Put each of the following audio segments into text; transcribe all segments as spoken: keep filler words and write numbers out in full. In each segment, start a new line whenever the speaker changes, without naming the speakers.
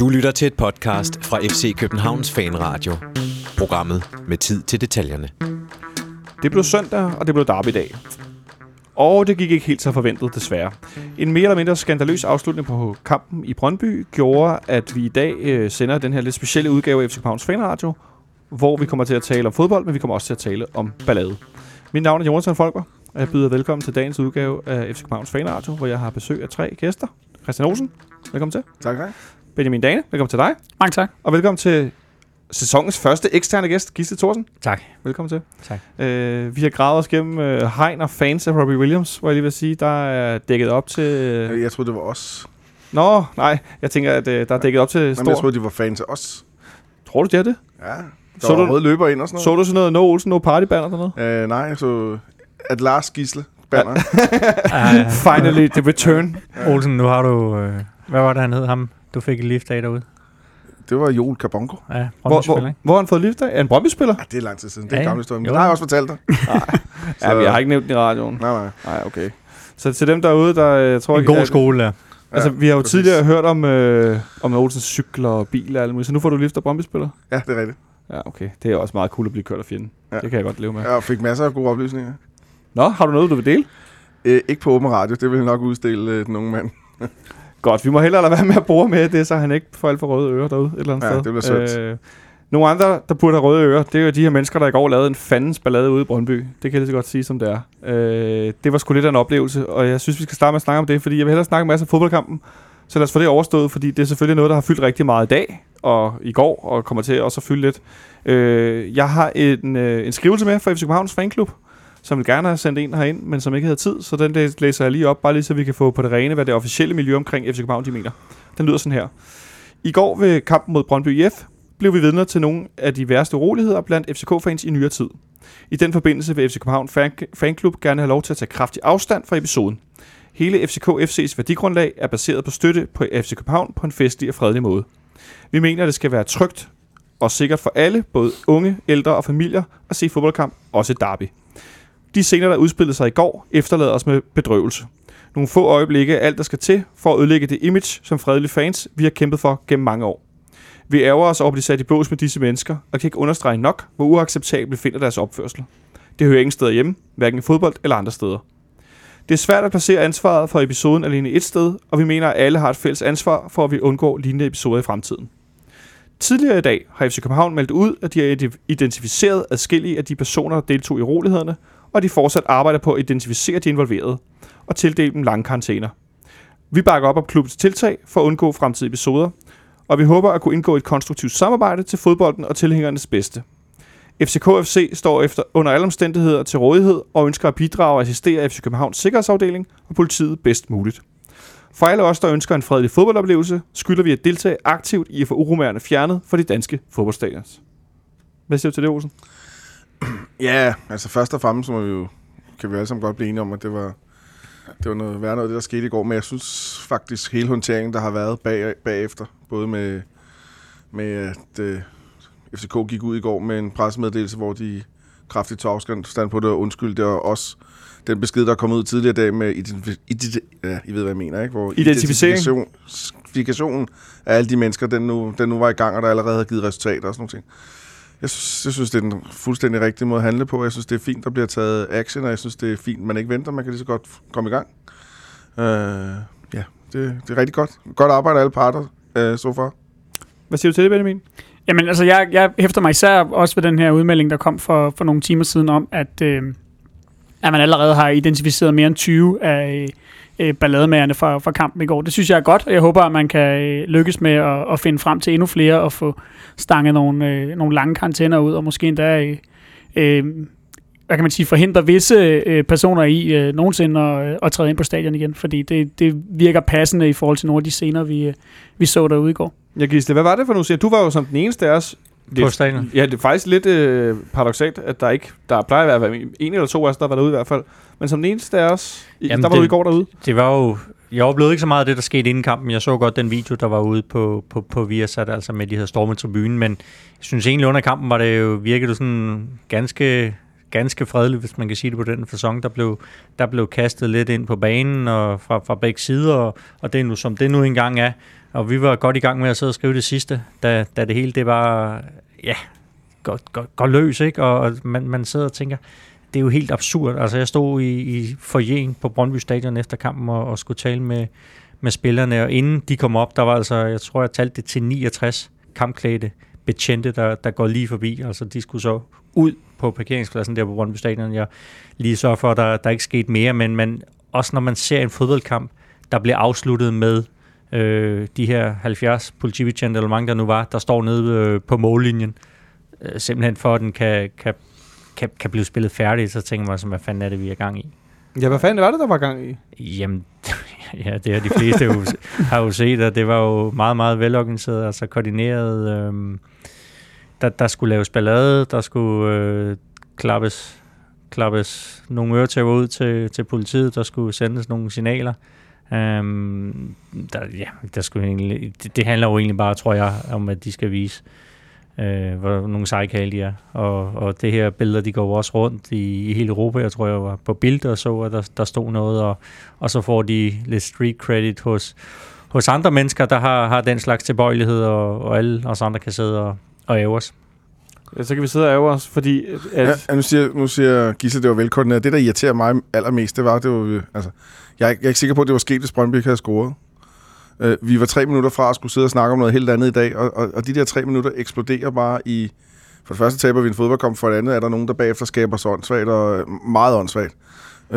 Du lytter til et podcast fra F C Københavns Fanradio. Programmet med tid til detaljerne.
Det blev søndag, og det blev derby-dag. Og det gik ikke helt så forventet, desværre. En mere eller mindre skandaløs afslutning på kampen i Brøndby gjorde, at vi i dag øh, sender den her lidt specielle udgave af F C Københavns Fanradio, hvor vi kommer til at tale om fodbold, men vi kommer også til at tale om ballade. Mit navn er Jonathan Folker, og jeg byder velkommen til dagens udgave af F C Københavns Fanradio, hvor jeg har besøg af tre gæster. Christian Olsen, velkommen til.
Tak, tak.
Benjamin Dane, velkommen til dig.
Mange tak.
Og velkommen til sæsonens første eksterne gæst, Gisle Thorsen.
Tak.
Velkommen til.
Tak.
Øh, vi har gravet os gennem øh, hegn og fans af Robbie Williams, hvor jeg lige vil sige, der er dækket op til... Øh...
Jeg troede, det var os.
Nå, nej. Jeg tænker, at øh, der er dækket op til stor...
Jamen, jeg troede, de var fans af os.
Tror du, det er det?
Ja, der
så
var
du...
røde løber ind og sådan noget.
Så du sådan noget No Olsen, No Party-banner eller noget?
Øh, nej, så... At Lars Gisle banner.
Ja. Finally, the return.
Ja. Olsen, nu har du... Øh, hvad var det, han hed ham? Du fik et lift af derude.
Det var Joel Kabongo.
Ja,
hvor, hvor, hvor har han fået lift af? Er han Brøndby-spiller?
Ja, det er lang tid siden. Det er
ja,
en gammel historie. Men
jo.
det har jeg også fortalt dig.
Nej. Ja, jeg har ikke nævnt den i radioen.
Nej, nej.
Nej, okay. Så til dem derude, der jeg tror
en
ikke...
god
at,
skole, der.
Altså,
Ja,
vi har jo
præcis.
tidligere hørt om, øh, om Olsens cykler og biler og alt muligt, så nu får du lift af Brøndby-spiller?
Ja, det er rigtigt.
Ja, okay. Det er også meget cool at blive kørt af fjenden.
Ja.
Det kan jeg godt leve med.
Jeg fik masser af gode oplysninger.
Nå, har du noget, du vil dele?
Øh, ikke på åben radio. Det vil jeg nok udstille øh, den unge mand.
Godt, vi må hellere lade være med at bore med det, så han ikke får alt for røde ører derude et eller andet
Ja,
sted.
det bliver sødt.
Øh, nogle andre, der burde have røde ører, det er jo de her mennesker, der i går lavede en fandens ballade ude i Brøndby. Det kan jeg lige så godt sige, som det er. Øh, det var sgu lidt af en oplevelse, og jeg synes, vi skal starte med at snakke om det, fordi jeg vil hellere snakke en masse om fodboldkampen. Så lad os få det overstået, fordi det er selvfølgelig noget, der har fyldt rigtig meget i dag og i går, og kommer til også at fylde lidt. Øh, jeg har en, øh, en skrivelse med fra F C Københavns Fanklub, som vil gerne have sendt en herind, men som ikke havde tid, så den læser jeg lige op, bare lige så vi kan få på det rene, hvad det officielle miljø omkring F C København de mener. Den lyder sådan her. I går ved kampen mod Brøndby I F blev vi vidner til nogle af de værste uroligheder blandt F C K-fans i nyere tid. I den forbindelse vil F C København Fanklub gerne have lov til at tage kraftig afstand fra episoden. Hele F C K F C's værdigrundlag er baseret på støtte på F C København på en festlig og fredelig måde. Vi mener, at det skal være trygt og sikkert for alle, både unge, ældre og familier, at se fodboldkamp, også et derby. De scener, der udspillede sig i går, efterlader os med bedrøvelse. Nogle få øjeblikke er alt, der skal til for at ødelægge det image som fredelige fans, vi har kæmpet for gennem mange år. Vi ærger os over at blive sat i bås med disse mennesker, og kan ikke understrege nok, hvor uacceptabelt finder deres opførsel. Det hører ingen steder hjemme, hverken i fodbold eller andre steder. Det er svært at placere ansvaret for episoden alene et sted, og vi mener, at alle har et fælles ansvar for, at vi undgår lignende episoder i fremtiden. Tidligere i dag har F C København meldt ud, at de har identificeret adskillige af de personer, der deltog i urolighederne, og de fortsat arbejder på at identificere de involverede og tildele dem lange karantæner. Vi bakker op om klubbens tiltag for at undgå fremtidige episoder, og vi håber at kunne indgå et konstruktivt samarbejde til fodbolden og tilhængernes bedste. F C K F C står efter under alle omstændigheder til rådighed og ønsker at bidrage og assistere F C Københavns sikkerhedsafdeling og politiet bedst muligt. For alle os, der ønsker en fredelig fodboldoplevelse, skylder vi at deltage aktivt i at få uromærerne fjernet fra de danske fodboldstadions. Hvad siger du til det, Olsen?
Ja, altså først og fremmest må vi jo, kan vi alle sammen godt blive enige om, at det var, det var noget værre noget, det der skete i går. Men jeg synes faktisk, hele håndteringen, der har været bag, bagefter, både med, med at øh, F C K gik ud i går med en pressemeddelelse, hvor de kraftigt tog afstand på det og undskyldte, og også den besked, der er kommet ud tidligere i dag med identif- identi- ja, I ved, hvad jeg mener, ikke? Hvor
Identificering.
Identifikationen af alle de mennesker, den nu, den nu var i gang, og der allerede har givet resultater og sådan noget ting. Jeg synes, jeg synes, det er den fuldstændig rigtige måde at handle på. Jeg synes, det er fint, der bliver taget action, og jeg synes, det er fint, man ikke venter. Man kan lige så godt komme i gang. Uh, ja, det, det er rigtig godt. Godt arbejde af alle parter, uh, så far.
Hvad siger du til det, Benjamin?
Jamen, altså, jeg, jeg hæfter mig især også ved den her udmelding, der kom for, for nogle timer siden om, at, øh, at man allerede har identificeret mere end tyve af øh, ballademagerne fra, fra kampen i går. Det synes jeg er godt, og jeg håber, at man kan øh, lykkes med at, at finde frem til endnu flere og få stanget nogle, øh, nogle lange karantæner ud, og måske endda øh, øh, hvad kan man sige, forhindre visse øh, personer i øh, nogensinde at, at træde ind på stadion igen, fordi det, det virker passende i forhold til nogle af de scener, vi, øh, vi så derude i går.
Ja, Gisle, hvad var det for nogle? Du var jo som den eneste af os.
På stadion.
Ja, det er faktisk lidt øh, paradoksalt, at der ikke, der plejer at være en eller to af os, der var derude i hvert fald. Men som den eneste af os, Jamen der var det, du i går derude.
Det var jo, jeg oplevede ikke så meget af det, der skete inden kampen. Jeg så godt den video, der var ude på, på, på Viasat, altså med de her stormet tribunen, men jeg synes egentlig under kampen var det jo, virkede det sådan ganske, ganske fredeligt, hvis man kan sige det på den facon. Der blev, der blev kastet lidt ind på banen og fra, fra begge sider, og, og det er nu, som det nu engang er. Og vi var godt i gang med at sidde og skrive det sidste, da, da det hele, det var, ja, godt, godt, godt løs, ikke? Og, og man, man sidder og tænker, det er jo helt absurd. Altså, jeg stod i, i foyeren på Brøndby Stadion efter kampen og, og skulle tale med, med spillerne, og inden de kom op, der var altså, jeg tror, jeg talte det til niogtres kampklædte betjente, der, der går lige forbi. Altså, de skulle så ud på parkeringspladsen der på Brøndby Stadion. Jeg lige sørger for, at der, der ikke skete mere, men, men også når man ser en fodboldkamp, der bliver afsluttet med øh, de her halvfjerds politibetjente, eller mange der nu var, der står nede øh, på mållinjen, øh, simpelthen for, at den kan, kan, kan, kan blive spillet færdigt, så tænker man, hvad fanden er det, vi er i gang i?
Ja, hvad fanden var det, der var gang i?
Jamen, ja, det har de fleste jo, har jo set, og det var jo meget, meget velorganiseret, altså koordineret. Øh, der, der skulle laves ballade, der skulle øh, klappes, klappes nogle øretæver ud til, til politiet, der skulle sendes nogle signaler. Um, der, ja, der skulle egentlig, det, det handler jo egentlig bare, tror jeg, om at de skal vise, øh, hvor nogle sejkale de er. Og, og det her billeder, de går også rundt i, i hele Europa. Jeg tror, jeg var på billeder og så, at der, der stod noget, og, og så får de lidt street credit hos, hos andre mennesker, der har, har den slags tilbøjelighed, og, og alle os andre kan sidde og, og æve os.
Ja, så kan vi sidde og æve os, fordi... At
ja, nu siger, nu siger Gisle, det var velkoordineret. Det, der irriterer mig allermest, det var, det var altså, jeg, er, jeg er ikke sikker på, at det var sket, hvis Brøndby ikke havde scoret. Uh, vi var tre minutter fra at skulle sidde og snakke om noget helt andet i dag, og, og, og de der tre minutter eksploderer bare i... For det første taber vi en fodboldkamp, for det andet er der nogen, der bagefter skaber så åndssvagt, og meget åndssvagt. Uh,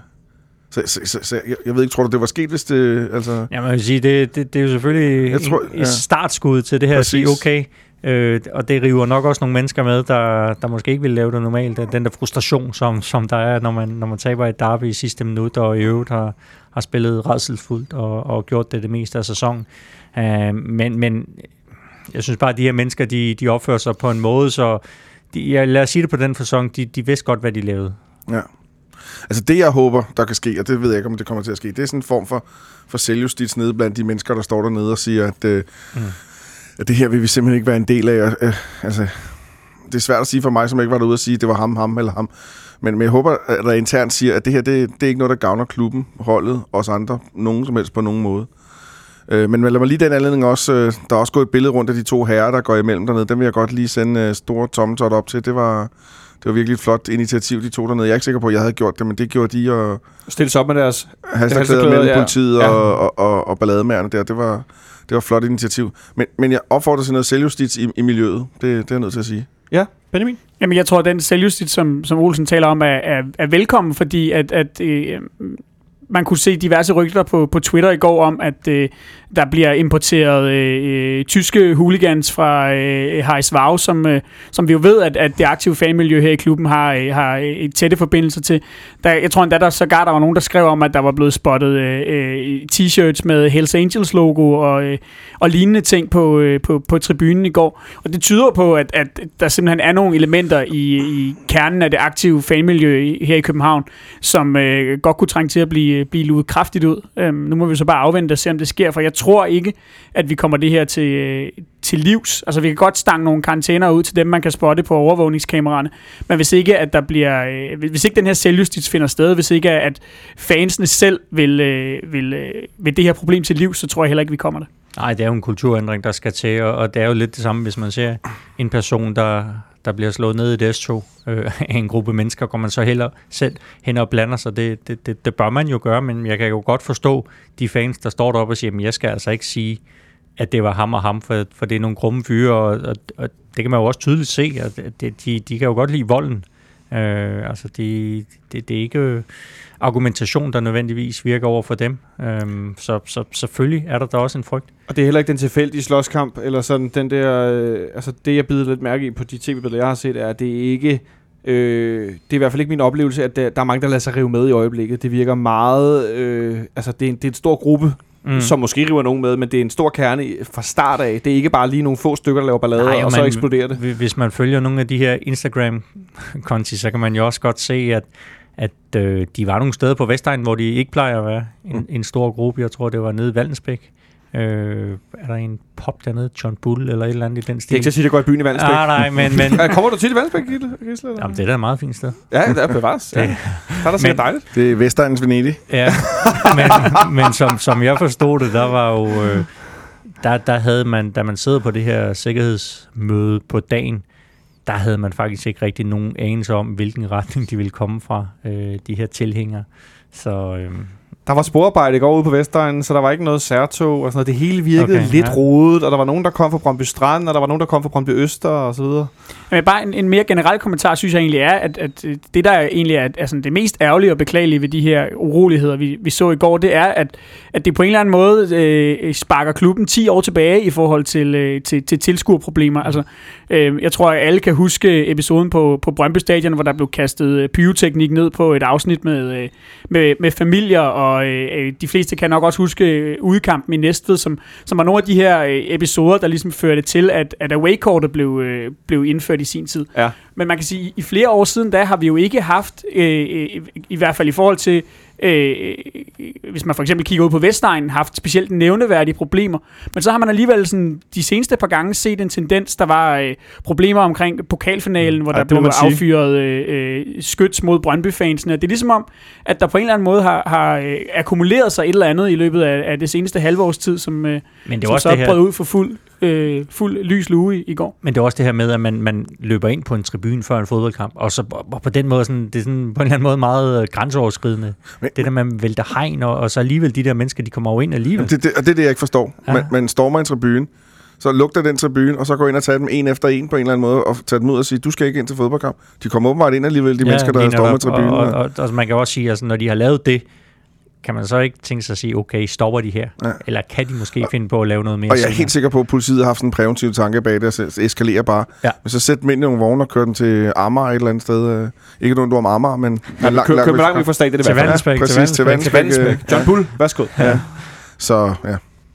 så, så, så, så jeg, jeg ved ikke, tror du, det var sket, hvis det... Altså...
Ja, man vil sige, det, det, det er jo selvfølgelig jeg tror, et ja. startskud til det her Præcis. At sige, okay... Øh, og det river nok også nogle mennesker med, der, der måske ikke vil lave det normalt. Den der frustration, som, som der er, når man, når man taber et derby i sidste minut, og i øvrigt har, har spillet rædselsfuldt og, og gjort det det meste af sæsonen. Øh, men, men jeg synes bare, at de her mennesker, de, de opfører sig på en måde, så de, jeg, lad os sige det på den facon, de, de vidste godt, hvad de lavede.
Ja. Altså det, jeg håber, der kan ske, og det ved jeg ikke, om det kommer til at ske, det er sådan en form for, for selvjustits nede blandt de mennesker, der står dernede og siger, at... Øh, mm. at det her vil vi simpelthen ikke være en del af. Øh, altså, det er svært at sige for mig, som ikke var derude at sige, at det var ham, ham eller ham. Men, men jeg håber, at der internt siger, at det her, det, det er ikke noget, der gavner klubben, holdet, os andre, nogen som helst på nogen måde. Øh, men lad mig lige den anledning også, øh, der er også gået et billede rundt af de to herrer, der går imellem dernede. Dem vil jeg godt lige sende øh, store tommeltot op til. Det var, det var virkelig et flot initiativ, de to dernede. Jeg er ikke sikker på, at jeg havde gjort det, men det gjorde de. Og
stille sig op med deres
hashtagklæder mellem ja. politiet ja. og, og, og, og ballademærerne der. Det var... Det var et flot initiativ. Men, men jeg opfordrer til noget selvjustits i, i miljøet. Det, det er jeg nødt til at sige.
Ja, Benjamin?
Jamen, jeg tror, at den selvjustits, som, som Olsen taler om, er, er, er velkommen, fordi at, at øh, man kunne se diverse rygter på, på Twitter i går om, at øh, der bliver importeret øh, tyske hooligans fra øh, Harisvau, som, øh, som vi jo ved, at, at det aktive fanmiljø her i klubben har, øh, har et tætte forbindelser til. Der, jeg tror endda, der sågar der var nogen, der skrev om, at der var blevet spottet øh, t-shirts med Hells Angels logo og, øh, og lignende ting på, øh, på, på tribunen i går. Og det tyder på, at, at der simpelthen er nogle elementer i, i kernen af det aktive fanmiljø her i København, som øh, godt kunne trænge til at blive, blive luet kraftigt ud. Øh, nu må vi så bare afvente og se, om det sker, for jeg tror ikke, at vi kommer det her til, til livs. Altså, vi kan godt stange nogle karantæner ud til dem, man kan spotte på overvågningskameraerne, men hvis ikke, at der bliver, øh, hvis ikke den her selvjustits finder sted, hvis ikke, at fansene selv vil, øh, vil, øh, vil det her problem til livs, så tror jeg heller ikke, vi kommer det.
Nej, det er jo en kulturændring, der skal til, og, og det er jo lidt det samme, hvis man ser en person, der, der bliver slået ned i et S to øh, af en gruppe mennesker, går man så heller selv hen og blander sig. Det, det, det, det bør man jo gøre, men jeg kan jo godt forstå de fans, der står deroppe og siger, at jeg skal altså ikke sige, at det var ham og ham, for, for det er nogle grumme fyre, og, og, og det kan man jo også tydeligt se, at det, de, de kan jo godt lide volden. Øh, altså, det, det, det er ikke argumentation, der nødvendigvis virker over for dem. Øhm, så, så selvfølgelig er der da også en frygt.
Og det er heller ikke den tilfældige slåskamp, eller sådan den der, øh, altså det jeg bider lidt mærke i på de tv-billeder, jeg har set, er, at det ikke, øh, det er i hvert fald ikke min oplevelse, at der, der er mange, der lader sig rive med i øjeblikket. Det virker meget, øh, altså det er, en, det er en stor gruppe, mm. som måske river nogen med, men det er en stor kerne fra start af. Det er ikke bare lige nogle få stykker, der laver ballade, Nej, og, og så man, eksploderer det.
Hvis man følger nogle af de her Instagram-konti, så kan man jo også godt se, at at øh, de var nogle steder på Vestegnen, hvor de ikke plejer at være en, en stor gruppe. Jeg tror, det var nede i Vallensbæk, Øh, er der en pop dernede, John Bull eller et eller andet i den stil?
Det er ikke til at sige, at det går i byen i Vandensbæk.
Ah, nej, men... men
Kommer du tit i Vandensbæk, Gisle?
Jamen, det er da et meget fint sted.
Ja, det er bevares. Ja. Der er der sikkert dejligt.
Det er Vestegnens Venedig.
Ja, men, men som, som jeg forstod det, der var jo... Øh, der, der havde man, da man sidder på det her sikkerhedsmøde på dagen, der havde man faktisk ikke rigtig nogen anelse om, hvilken retning de ville komme fra, øh, de her tilhængere. Så... Øh,
Der var sporarbejde i går ude på Vestegnen, så der var ikke noget særtog og sådan noget. Det hele virkede
okay,
lidt
ja.
rodet, og der var nogen, der kom fra Brøndby Strand, og der var nogen, der kom fra Brøndby Øster og så videre.
Men bare en, en mere generel kommentar, synes jeg egentlig er, at, at det, der egentlig er, er sådan det mest ærgerlige og beklagelige ved de her uroligheder, vi, vi så i går, det er, at, at det på en eller anden måde øh, sparker klubben ti år tilbage i forhold til, øh, til, til tilskuerproblemer. Altså, øh, jeg tror, at alle kan huske episoden på, på Brøndby Stadion, hvor der blev kastet pyroteknik ned på et afsnit med, øh, med, med familier, og øh, de fleste kan nok også huske udekampen i Næstved, som, som var nogle af de her øh, episoder, der ligesom førte til, at, at away-kortet blev, øh, blev indført i sin tid.
Ja.
Men man kan sige, at i flere år siden, da har vi jo ikke haft, øh, i, i hvert fald i forhold til, øh, hvis man for eksempel kigger ud på Vestegnen, haft specielt nævneværdige problemer. Men så har man alligevel sådan, de seneste par gange set en tendens, der var øh, problemer omkring pokalfinalen, hvor
ja,
der
blev
blev affyret øh, skyts mod Brøndby-fansene. Det er ligesom om, at der på en eller anden måde har, har øh, akkumuleret sig et eller andet i løbet af, af det seneste halve års tid, som, øh,
Men det
som
også
så
det her...
brød ud for fuld, øh, fuld lys lue i, i går.
Men det er også det her med, at man, man løber ind på en tribune før en fodboldkamp, og så og på den måde, sådan, det er sådan, på en eller anden måde meget grænseoverskridende. Men, det der, man vælter hegn, og, og så alligevel de der mennesker, de kommer jo ind alligevel.
Det, det, og det er det, jeg ikke forstår.
Ja.
Man, man stormer en tribune, så lugter den tribune, og så går ind og tager dem en efter en på en eller anden måde, og tager dem ud og siger, du skal ikke ind til fodboldkamp. De kommer åbenbart ind alligevel, de ja, mennesker, der har stormet tribunen.
Og, og, og, og man kan også sige, at altså, når de har lavet det, kan man så ikke tænke sig at sige, okay, stopper de her? Ja. Eller kan de måske og, finde på at lave noget mere?
Og jeg er helt sikker på, at politiet har haft en præventiv tanke bag det, og eskalerer bare.
Ja.
Men så sæt dem ind i nogle vogne og kør dem til Amager et eller andet sted. Ikke nogen du om Amager, men...
Ja, lang, lang, køb langt vi fra stadion, det
er Vandensbæk.
Ja, præcis, til Vandensbæk.
John Bull, værsgo.
Ja. ja. Så, ja.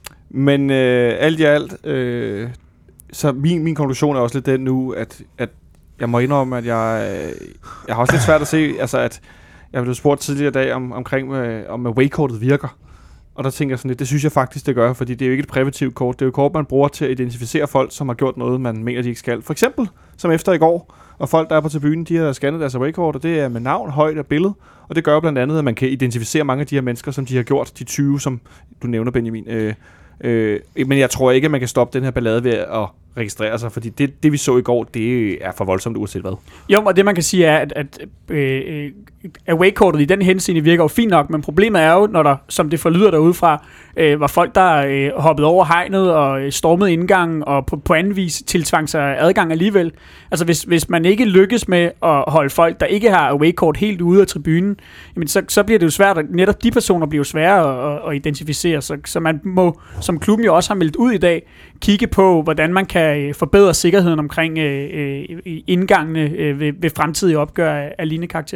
Men øh, alt i alt, øh, så min, min konklusion er også lidt den nu, at, at jeg må indrømme, at jeg, øh, jeg har også lidt svært at se, altså at jeg blev spurgt tidligere i dag om, omkring, med, om away-kortet virker. Og der tænker jeg sådan lidt, det synes jeg faktisk, det gør, fordi det er jo ikke et præventivt kort. Det er jo et kort, man bruger til at identificere folk, som har gjort noget, man mener, de ikke skal. For eksempel, som efter i går, og folk, der er på tribunen, de har scannet deres away-kort, og det er med navn, højde og billede. Og det gør jo blandt andet, at man kan identificere mange af de her mennesker, som de har gjort, de tyve, som du nævner, Benjamin. Øh, øh, men jeg tror ikke, at man kan stoppe den her ballade ved at registrere sig, fordi det, det vi så i går, det er for voldsomt uanset hvad.
Jo, og det man kan sige er, at, at øh, away-kortet i den henseende virker jo fint nok, men problemet er jo, når der, som det forlyder derudefra, øh, var folk, der øh, hoppede over hegnet og øh, stormede indgangen og på, på anden vis tiltvang sig adgang alligevel. Altså hvis, hvis man ikke lykkes med at holde folk, der ikke har away-kort helt ude af tribunen, jamen så, så bliver det jo svært, at netop de personer bliver jo svære at, at identificere. Så, så man må, som klubben jo også har meldt ud i dag, kigge på, hvordan man kan forbedre sikkerheden omkring øh, indgangene øh, ved, ved fremtidige opgør af, af lignende karakter.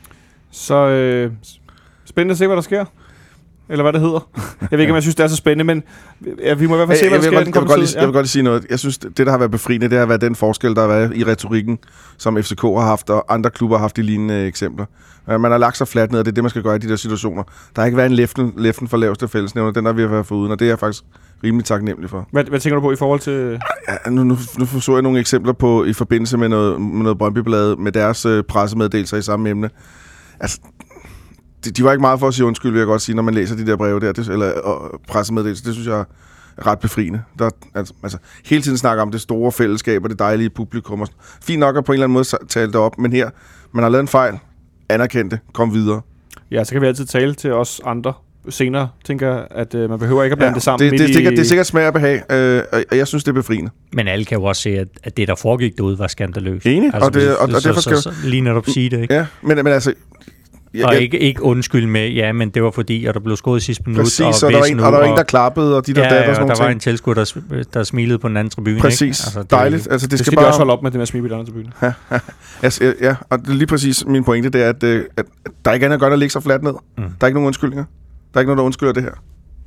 Så øh, spændende at se, hvad der sker. Eller hvad det hedder. Jeg ved ikke, om jeg synes, det er så spændende, men ja, vi må i hvert fald se, hvad der sker.
Jeg vil, godt, godt lige, ja. jeg vil godt lige sige noget. Jeg synes, det der har været befriende, det har været den forskel, der har været i retorikken, som F C K har haft, og andre klubber har haft i lignende eksempler. Man har lagt sig fladt ned, og det er det, man skal gøre i de der situationer. Der har ikke været en leften, leften for laveste fællesnævner, den har vi været foruden, og det er jeg faktisk rimelig taknemmelig for.
Hvad, hvad tænker du på i forhold til...
Ja, nu, nu, nu så jeg nogle eksempler på i forbindelse med noget, med noget Brøndby-blad, med deres øh, pressemeddelelser i samme emne. Altså, de, de var ikke meget for at sige undskyld, vil jeg godt sige, når man læser de der breve der, det, eller og pressemeddelelser. Det synes jeg er ret befriende. Der, altså, altså, hele tiden snakker om det store fællesskab og det dejlige publikum. Og fint nok at på en eller anden måde tale det op, men her, man har lavet en fejl, anerkendt det, kom videre.
Ja, så kan vi altid tale til os andre senere, tænker jeg, at øh, man behøver ikke at blande ja, det sammen.
Det, det, det, er sikkert, det er sikkert smag og behag, øh, og jeg synes, det er befriende.
Men alle kan jo også se, at, at det, der foregik derude, var skandaløst.
Enig, altså, og, det, og, og
så,
derfor skal
så, så, lige netop sige det, ikke?
Ja, men, men altså...
Ja, og ikke, ikke undskyld med, ja, men det var fordi, at der blev skåret i sidste minut.
Præcis, og, og der var en, og der var en, der klappede, og de der
ja,
datter og sådan
og der
ting.
var en tilskuer, der, der smilede på den anden tribune.
Præcis,
ikke? Altså, det,
dejligt. Altså, det,
det skal,
skal
bare
bare
også holde op med det med at smile på den anden tribune.
Ja, ja, ja, og det er lige præcis min pointe, det er, at, at, at der ikke er andet at gøre, der ligger sig fladt ned. Mm. Der er ikke nogen undskyldninger. Der er ikke noget, der undskylder det her.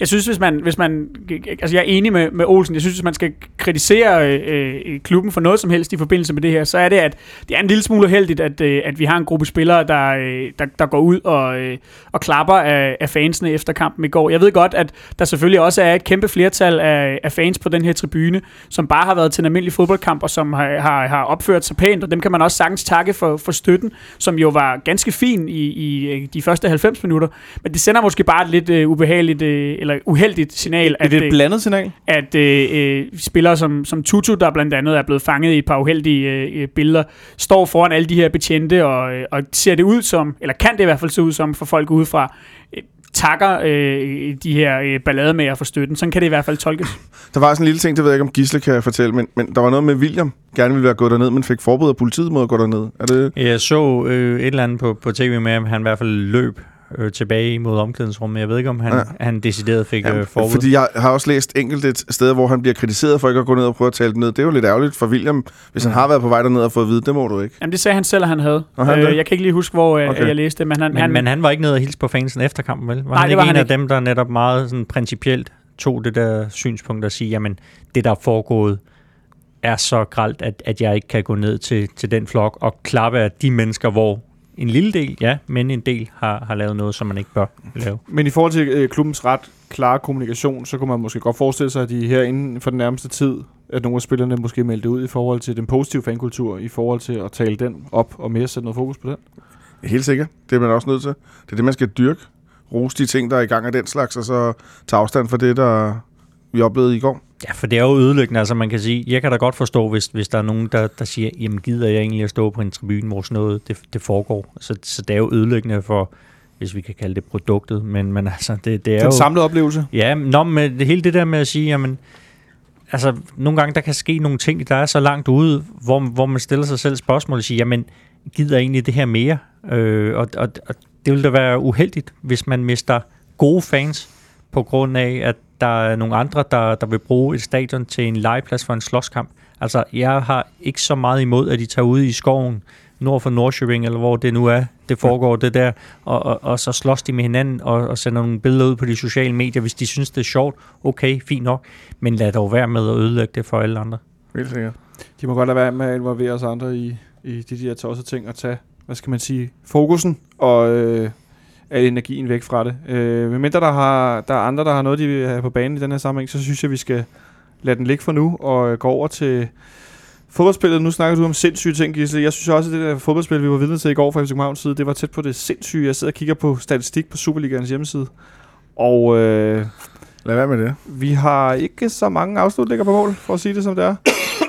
Jeg synes, hvis man, hvis man, altså jeg er enig med, med Olsen, jeg synes, hvis man skal kritisere øh, klubben for noget som helst i forbindelse med det her, så er det, at det er en lille smule uheldigt, at, øh, at vi har en gruppe spillere, der, øh, der, der går ud og, øh, og klapper af, af fansene efter kampen i går. Jeg ved godt, at der selvfølgelig også er et kæmpe flertal af, af fans på den her tribune, som bare har været til en almindelig fodboldkamp, og som har, har, har opført sig pænt, og dem kan man også sagtens takke for, for støtten, som jo var ganske fin i, i de første halvfems minutter. Men det sender måske bare et lidt øh, ubehageligt, øh, eller uheldigt signal.
Er det et blandet signal?
At øh, øh, spillere som, som Tutu, der blandt andet er blevet fanget i et par uheldige øh, billeder, står foran alle de her betjente, og, øh, og ser det ud som, eller kan det i hvert fald se ud som for folk udefra, øh, takker øh, de her øh, ballademager for støtten. Sådan kan det i hvert fald tolkes.
Der var sådan en lille ting, det ved jeg ikke, om Gisle kan fortælle, men, men der var noget med William, gerne ville være gået derned, men fik forbud af politiet mod at gå derned. Er det?
Jeg så øh, et eller andet på, på tv med, at han i hvert fald løb øh, tilbage mod omklædningsrummet. Jeg ved ikke, om han, ja. han decideret fik ja, øh, forbud.
Fordi jeg har også læst enkelte steder, hvor han bliver kritiseret for ikke at gå ned og prøve at tale det ned. Det er jo lidt ærgerligt for William, hvis han har været på vej derned og fået at vide, det må du ikke.
Jamen det sagde han selv, at han havde.
Han
øh, jeg kan ikke lige huske, hvor øh, okay. jeg læste det, men han,
men,
han...
men han var ikke nede og hilse på fansen efter kampen, vel? Var
Nej,
han ikke
var
en
han
af
ikke.
dem, der netop meget sådan principielt tog det der synspunkt og sige, jamen det der er foregået er så grelt, at, at jeg ikke kan gå ned til, til den flok og klappe af de mennesker, hvor en lille del, ja, men en del har, har lavet noget, som man ikke bør lave.
Men i forhold til øh, klubbens ret klare kommunikation, så kunne man måske godt forestille sig, at de her inden for den nærmeste tid, at nogle af spillerne måske meldte ud i forhold til den positive fankultur, i forhold til at tale den op og mere sætte noget fokus på den.
Helt sikkert. Det er man også nødt til. Det er det, man skal dyrke. Rose de ting, der er i gang af den slags, og så tage afstand for det, der vi oplevede i går.
Ja, for det er jo ødelæggende. Altså man kan sige, jeg kan da godt forstå, hvis, hvis der er nogen, der, der siger, jamen gider jeg egentlig at stå på en tribune, hvor sådan noget det, det foregår. Så, så det er jo ødelæggende for, hvis vi kan kalde det produktet, men, men altså det, det er
den
jo...
samlede oplevelse?
Ja, nå, med det hele det der med at sige, jamen, altså nogle gange der kan ske nogle ting, der er så langt ude, hvor, hvor man stiller sig selv spørgsmål og siger, jamen gider jeg egentlig det her mere? Øh, og, og, og det ville da være uheldigt, hvis man mister gode fans på grund af, at der er nogle andre, der, der vil bruge et stadion til en legeplads for en slåskamp. Altså, jeg har ikke så meget imod, at de tager ud i skoven, nord for Nordsjøbing, eller hvor det nu er, det foregår det der, og, og, og så slås de med hinanden, og, og sender nogle billeder ud på de sociale medier, hvis de synes, det er sjovt. Okay, fint nok, men lad dog være med at ødelægge det for alle andre.
Helt sikkert.
De må godt lade være med at involvere os andre i, i de der tosse ting, og tage, hvad skal man sige, fokusen, og... Øh al energien væk fra det. Øh, medmindre der, har, der er andre, der har noget, de vil have på banen i den her sammenhæng, så synes jeg, vi skal lade den ligge for nu, og gå over til fodboldspillet. Nu snakker du om sindssyge ting, Gisle. Jeg synes også, at det der fodboldspil, vi var vidne til i går fra F C Københavns side, det var tæt på det sindssyge. Jeg sidder og kigger på statistik på Superligaens hjemmeside, og øh,
lad være med det.
Vi har ikke så mange afslutninger på mål, for at sige det som det er.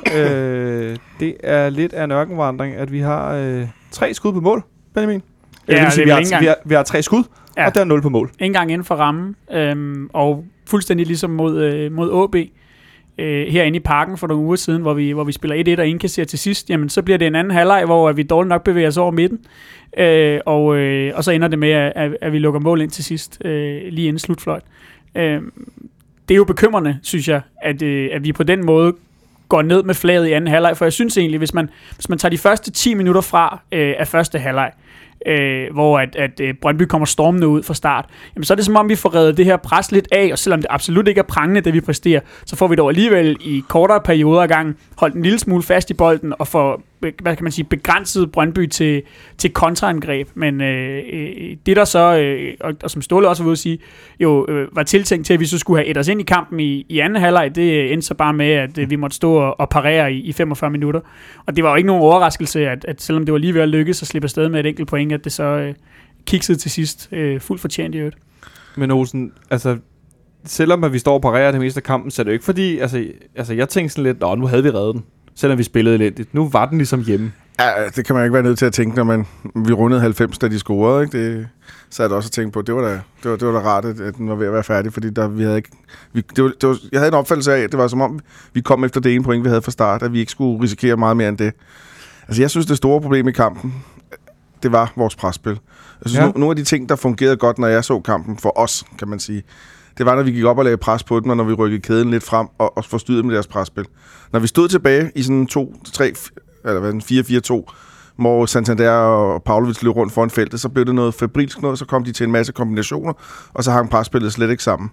øh, det er lidt af en ørkenvandring, at vi har øh, tre skud på mål, Benjamin.
Ja,
det vil sige, vi, har,
engang,
vi, har, vi har tre skud, ja. Og der er nul på mål.
En gang inden for rammen, øhm, og fuldstændig ligesom mod, øh, mod A B, øh, herinde i parken for nogle uger siden, hvor vi, hvor vi spiller et et og indkasserer til sidst, jamen så bliver det en anden halvleg, hvor vi dårligt nok bevæger os over midten, øh, og, øh, og så ender det med, at, at vi lukker mål ind til sidst, øh, lige inden slutfløjt. Øh, det er jo bekymrende, synes jeg, at, øh, at vi på den måde går ned med flaget i anden halvleg, for jeg synes egentlig, hvis man, hvis man tager de første ti minutter fra øh, af første halvleg, Øh, hvor at, at øh, Brøndby kommer stormende ud fra start, jamen så er det som om vi får reddet det her pres lidt af, og selvom det absolut ikke er prangende, det vi præsterer, så får vi dog alligevel i kortere perioder af gang holdt en lille smule fast i bolden, og får, hvad kan man sige, begrænset Brøndby til, til kontraangreb. Men øh, det der så, øh, og, og som Ståle også var ude at sige, jo øh, var tiltænkt til, at vi så skulle have et os ind i kampen i, i anden halvleg, det endte så bare med, at øh, vi måtte stå og, og parere i, i femogfyrre minutter. Og det var jo ikke nogen overraskelse, at, at selvom det var lige ved at lykkes at slippe afsted med et enkelt point, at det så øh, kiksede til sidst øh, fuldt fortjent i øvrigt. Men
Olsen, altså selvom at vi står og parerer det meste af kampen, så er det jo ikke fordi, altså, altså jeg tænkte sådan lidt, nå, nu havde vi reddet den, selvom vi spillede elendigt. Nu var den ligesom hjemme.
Ja, det kan man ikke være nødt til at tænke, når man, vi rundede halvfems, da de scorede, ikke? Det, så er det også at tænke på, det var da, det var, det var da rart, at den var ved at være færdig, fordi der, vi havde ikke, vi, det var, det var, jeg havde en opfattelse af, at det var som om, vi kom efter det ene point, vi havde fra start, at vi ikke skulle risikere meget mere end det. Altså jeg synes, det store problem i kampen, det var vores presspil. Jeg synes, ja. no, nogle af de ting, der fungerede godt, når jeg så kampen, for os, kan man sige, det var, når vi gik op og lagde pres på dem, og når vi rykkede kæden lidt frem og, og forstyrrede med deres presspil. Når vi stod tilbage i sådan to, tre, eller hvad, fire fire to, hvor Santander og Pavlovic løb rundt foran feltet, så blev det noget fabrilsk noget, så kom de til en masse kombinationer, og så hang presspillet slet ikke sammen.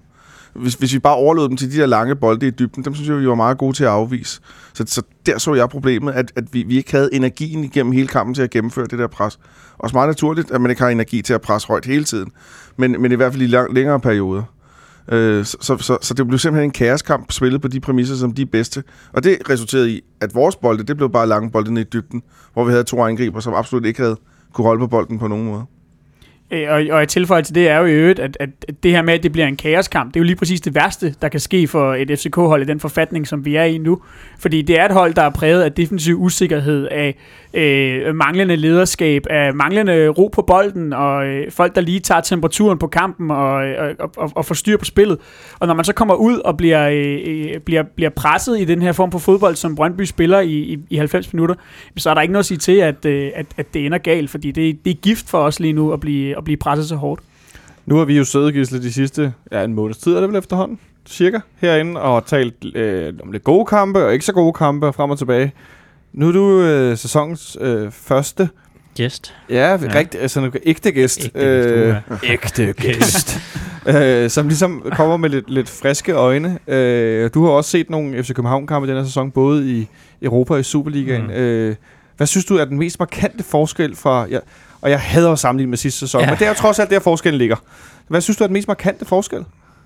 hvis, hvis vi bare overlod dem til de der lange bolde i dybden, dem synes jeg, vi var meget gode til at afvise. Så, så der så jeg problemet, at, at vi, vi ikke havde energien igennem hele kampen til at gennemføre det der pres. Også meget naturligt, at man ikke har energi til at presse højt hele tiden, men, men i hvert fald i lang, længere perioder. Øh, så, så, så, så det blev simpelthen en kaoskamp spillet på de præmisser, som de er bedste. Og det resulterede i, at vores bolde, det blev bare lange bolde ned i dybden, hvor vi havde to angriber, som absolut ikke havde kunne holde på bolden på nogen måde.
Og, og et tilføje til det er jo i øvrigt, at, at det her med, at det bliver en kaoskamp, det er jo lige præcis det værste, der kan ske for et F C K-hold i den forfatning, som vi er i nu. Fordi det er et hold, der er præget af defensiv usikkerhed, af øh, manglende lederskab, af manglende ro på bolden, og øh, folk, der lige tager temperaturen på kampen og, og, og, og får styr på spillet. Og når man så kommer ud og bliver, øh, bliver, bliver presset i den her form for fodbold, som Brøndby spiller i, i, i halvfems minutter, så er der ikke noget at sige til, at, øh, at, at det ender galt, fordi det, det er gift for os lige nu at blive at blive presset så hårdt.
Nu har vi jo siddet, Gisle, de sidste ja, en måneds tid, er det vel efterhånden, cirka, herinde, og talt øh, om lidt gode kampe, og ikke så gode kampe, frem og tilbage. Nu er du øh, sæsonens øh, første...
Gæst.
Ja, ja. Rigtig, altså en ægte gæst.
Ægte gæst,
øh, ægte gæst. øh, som ligesom kommer med lidt, lidt friske øjne. Øh, du har også set nogle F C København-kampe i den her sæson, både i Europa og i Superligaen. Mm. Øh, hvad synes du er den mest markante forskel fra... Ja, og jeg hader at sammenligne med sidste sæson, ja. Men det er jo trods alt der forskellen ligger. Hvad synes du er den mest markante forskel?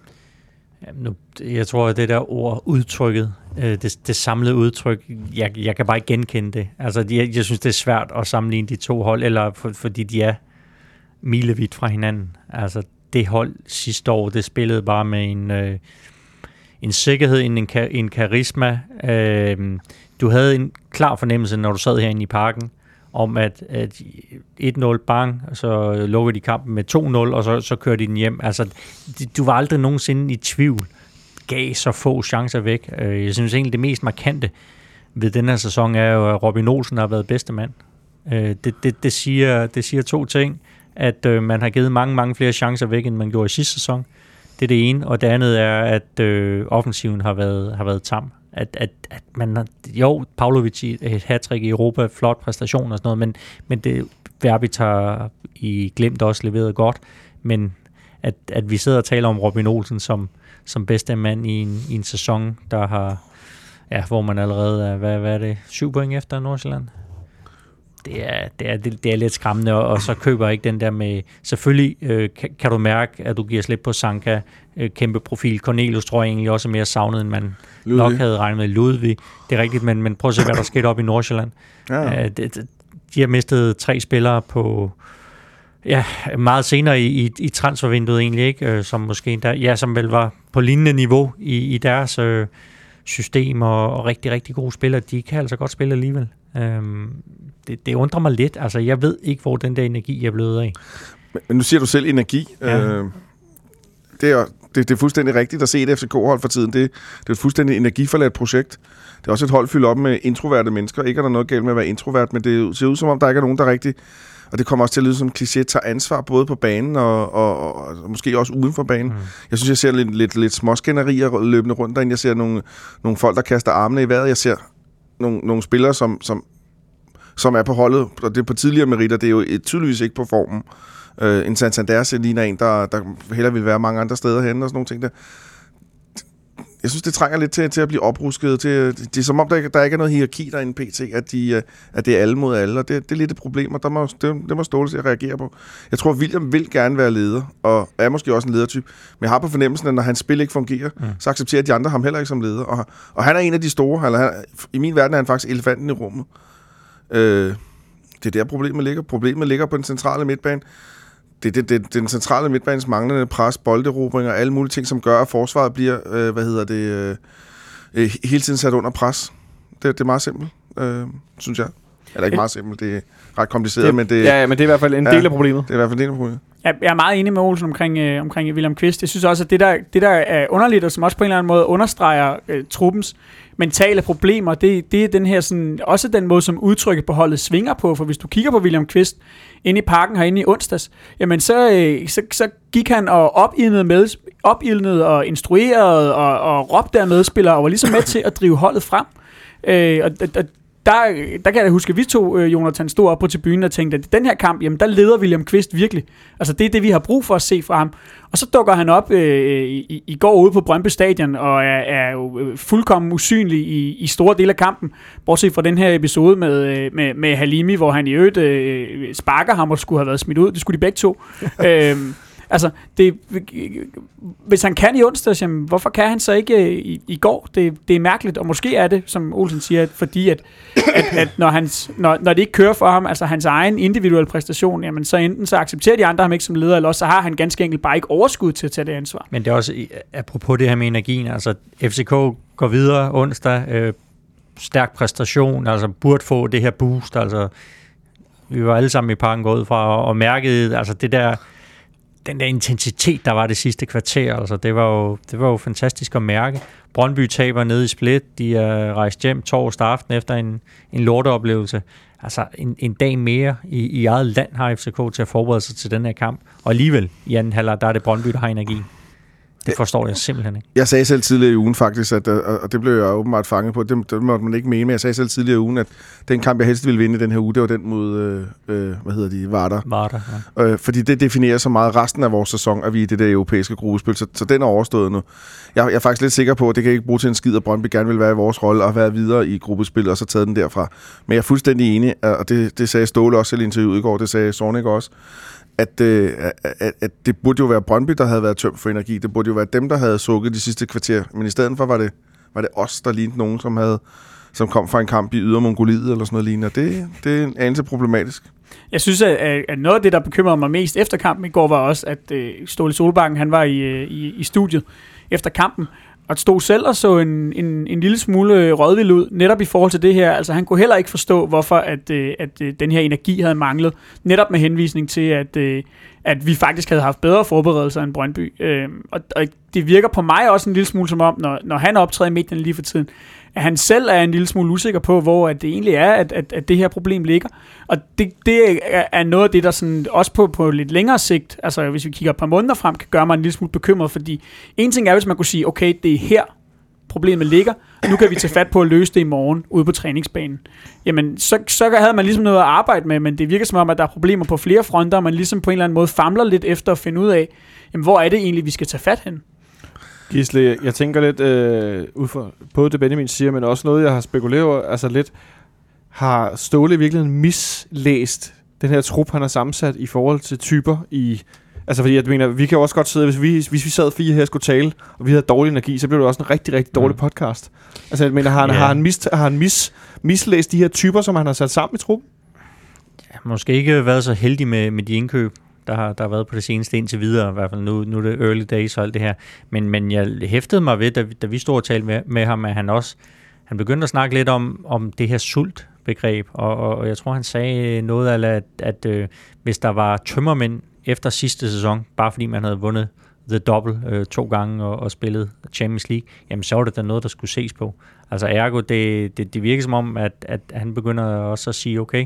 Jamen, nu, jeg tror, at det der ord, udtrykket, øh, det, det samlede udtryk, jeg, jeg kan bare ikke genkende det. Altså, jeg, jeg synes, det er svært at sammenligne de to hold, eller for, fordi de er milevidt fra hinanden. Altså, det hold sidste år, det spillede bare med en, øh, en sikkerhed, en, en karisma. Øh, du havde en klar fornemmelse, når du sad herinde i parken, om at, at et nul bang, og så lukker de kampen med to nul, og så, så kører de den hjem. Altså, du var aldrig nogensinde i tvivl. Gav så få chancer væk. Jeg synes egentlig, det mest markante ved den her sæson er jo, at Robin Olsen har været bedste mand. Det, det, det, siger, det siger to ting. At man har givet mange, mange flere chancer væk, end man gjorde i sidste sæson. Det er det ene. Og det andet er, at øh, offensiven har været, har været tam. At, at, at man, jo, Pavlovic i et hat-trick i Europa, flot præstation og sådan noget, men, men det Verbit har i glemt også leveret godt, men at, at vi sidder og taler om Robin Olsen som, som bedste mand i en, i en sæson, der har, ja, hvor man allerede er, hvad, hvad er det, syv point efter Nordsjælland? Det er, det, er, det, det er lidt skræmmende, og, og så køber jeg ikke den der med... Selvfølgelig øh, kan, kan du mærke, at du giver slip på Sanka, øh, kæmpe profil. Cornelius tror jeg egentlig også er mere savnet, end man Ludvig. nok havde regnet med. Ludvig, det er rigtigt, men, men prøv at se, hvad der skete op i Nordsjælland. Ja. Øh, det, det, de har mistet tre spillere på... Ja, meget senere i, i, i transfervinduet egentlig, ikke? Øh, som måske der, ja, som vel var på lignende niveau i, i deres øh, system, og, og rigtig, rigtig gode spillere. De kan altså godt spille alligevel. Øhm, det, det undrer mig lidt. Altså, jeg ved ikke, hvor den der energi er blevet af.
Men, men nu siger du selv energi. Ja. Øh, det, er, det, det er fuldstændig rigtigt at se et F C K-hold for tiden. Det, det er et fuldstændig energiforladt projekt. Det er også et hold fyldt op med introverte mennesker. Ikke er der noget galt med at være introvert, men det ser ud som om, der ikke er nogen, der rigtig... Og det kommer også til at lyde som kliché, tager ansvar både på banen og, og, og, og måske også uden for banen. Mm. Jeg synes, jeg ser lidt, lidt, lidt småskænderier løbende rundt derinde. Jeg ser nogle, nogle folk, der kaster armene i vejret. Jeg ser nogle, nogle spillere, som, som, som er på holdet, og det er på tidligere meritter. Det er jo tydeligvis ikke på formen. Uh, en Santander ligner en, der, der heller vil være mange andre steder henne og sådan nogle ting der. Jeg synes, det trænger lidt til, til at blive oprusket. Til, det er som om, der, der ikke er noget hierarki derinde P T, at, de, at det er alle mod alle, og det, det er lidt et problem, og der må, det, det må Ståle til at reagere på. Jeg tror, William vil gerne være leder, og er måske også en ledertype, men jeg har på fornemmelsen, at når hans spil ikke fungerer, mm. så accepterer de andre ham heller ikke som leder. Og, og han er en af de store, eller han, i min verden er han faktisk elefanten i rummet. Øh, det er der, problemet ligger. Problemet ligger på den centrale midtbane. Det er det, det, den centrale midtbanes manglende pres, bolderobringer og alle mulige ting, som gør, at forsvaret bliver, øh, hvad hedder det, øh, hele tiden sat under pres. Det, det er meget simpelt, øh, synes jeg. Eller ikke meget simpelt, det er ret kompliceret,
det,
men det...
Ja, ja, men det er i hvert fald en
ja,
del af problemet.
Det er i hvert fald en del af problemet.
Jeg er meget enig med Olsen omkring, øh, omkring William Kvist. Jeg synes også, at det der, det der er underligt, og som også på en eller anden måde understreger øh, truppens mentale problemer, det, det er den her sådan, også den måde, som udtrykket på holdet svinger på. For hvis du kigger på William Kvist inde i parken herinde i onsdags, jamen så, øh, så, så gik han og opildnede, med, opildnede og instruerede og, og råbte der medspillere, og var ligesom med til at drive holdet frem. Øh, og, og der, der kan jeg huske, at vi to, øh, Jonathan, stod op på tribunen og tænkte, at den her kamp, jamen der leder William Kvist virkelig. Altså det er det, vi har brug for at se fra ham. Og så dukker han op øh, i, i går ude på Brøndby Stadion og er, er jo fuldkommen usynlig i, i store dele af kampen. Bortset fra den her episode med, med, med Halimi, hvor han i øvrigt øh, sparker ham og skulle have været smidt ud. Det skulle de begge to. øhm, Altså, det, hvis han kan i onsdag, jamen, hvorfor kan han så ikke i, i går? Det, det er mærkeligt, og måske er det, som Olsen siger, fordi at, at, at når, hans, når, når det ikke kører for ham, altså hans egen individuelle præstation, jamen, så enten så accepterer de andre ham ikke som leder, eller også så har han ganske enkelt bare ikke overskud til at tage det ansvar.
Men det er også, apropos det her med energien, altså F C K går videre onsdag, øh, stærk præstation, altså burde få det her boost, altså vi var alle sammen i parken gået fra og, og mærkede, altså det der den der intensitet, der var det sidste kvarter, altså det var jo, det var jo fantastisk at mærke. Brøndby taber nede i Split, de er rejst hjem torsdag aften efter en, en lorteoplevelse. Altså en, en dag mere i, i eget land har F C K til at forberede sig til den her kamp, og alligevel i anden halvleg, der er det Brøndby, der har energi. Det forstår jeg simpelthen ikke.
Jeg sagde selv tidligere i ugen faktisk, at, og det blev jeg åbenbart fanget på, det, det måtte man ikke mene, men jeg sagde selv tidligere i ugen, at den kamp, jeg helst ville vinde i den her uge, det var den mod, øh, hvad hedder de, Vardar.
Vardar, ja.
øh, Fordi det definerer så meget resten af vores sæson, at vi er i det der europæiske gruppespil, så, så den er overstået nu. Jeg, jeg er faktisk lidt sikker på, at det kan jeg ikke bruge til en skid, at Brøndby gerne vil være i vores rolle og være videre i gruppespil, og så taget den derfra. Men jeg er fuldstændig enig, og det, det sagde Ståle også selv i interviewet i går, det sagde Zornig også, At, øh, at, at det burde jo være Brøndby, der havde været tømt for energi. Det burde jo være dem, der havde sukket de sidste kvarter. Men i stedet for var det, var det os, der lignede nogen, som, havde, som kom fra en kamp i Ydre Mongoliet eller sådan noget lignende. Det, det er en anelse problematisk.
Jeg synes, at, at noget af det, der bekymrede mig mest efter kampen i går, var også, at øh, Ståle Solbakken, han var i, i, i studiet efter kampen, og stod selv og så en, en, en lille smule rådvild ud, netop i forhold til det her. Altså han kunne heller ikke forstå, hvorfor at, at, at den her energi havde manglet, netop med henvisning til, at, at vi faktisk havde haft bedre forberedelser end Brøndby. Og, og det virker på mig også en lille smule som om, når, når han optræder i medierne lige for tiden, at han selv er en lille smule usikker på, hvor at det egentlig er, at, at, at det her problem ligger. Og det, det er noget af det, der sådan, også på, på lidt længere sigt, altså hvis vi kigger et par måneder frem, kan gøre mig en lille smule bekymret, fordi en ting er, hvis man kunne sige, okay, det er her problemet ligger, og nu kan vi tage fat på at løse det i morgen ude på træningsbanen. Jamen, så, så havde man ligesom noget at arbejde med, men det virker som om, at der er problemer på flere fronter, og man ligesom på en eller anden måde famler lidt efter at finde ud af, jamen, hvor er det egentlig, vi skal tage fat hen?
Gisle, jeg tænker lidt øh, ud fra både det Benjamin siger, men også noget, jeg har spekuleret, altså lidt, har Ståle i virkeligheden mislæst den her trup, han har sammensat i forhold til typer i... Altså fordi jeg mener, vi kan jo også godt sidde, hvis vi, hvis vi sad fire her og skulle tale, og vi havde dårlig energi, så blev det også en rigtig, rigtig dårlig podcast. Altså jeg mener, har han, yeah. har han, mis, har han mis, mislæst de her typer, som han har sat sammen i truppen?
Ja, måske ikke været så heldig med, med de indkøb, der har, der har været på det seneste indtil videre, i hvert fald nu, nu er det early days og alt det her. Men, men jeg hæftede mig ved, da, da vi stod og talte med, med ham, at han også han begyndte at snakke lidt om, om det her sultbegreb, og, og jeg tror, han sagde noget af, at, at øh, hvis der var tømmermænd efter sidste sæson, bare fordi man havde vundet The Double øh, to gange og, og spillet Champions League, jamen så var det da noget, der skulle ses på. Altså ergo, det, det, det virker som om, at, at han begynder også at sige, okay,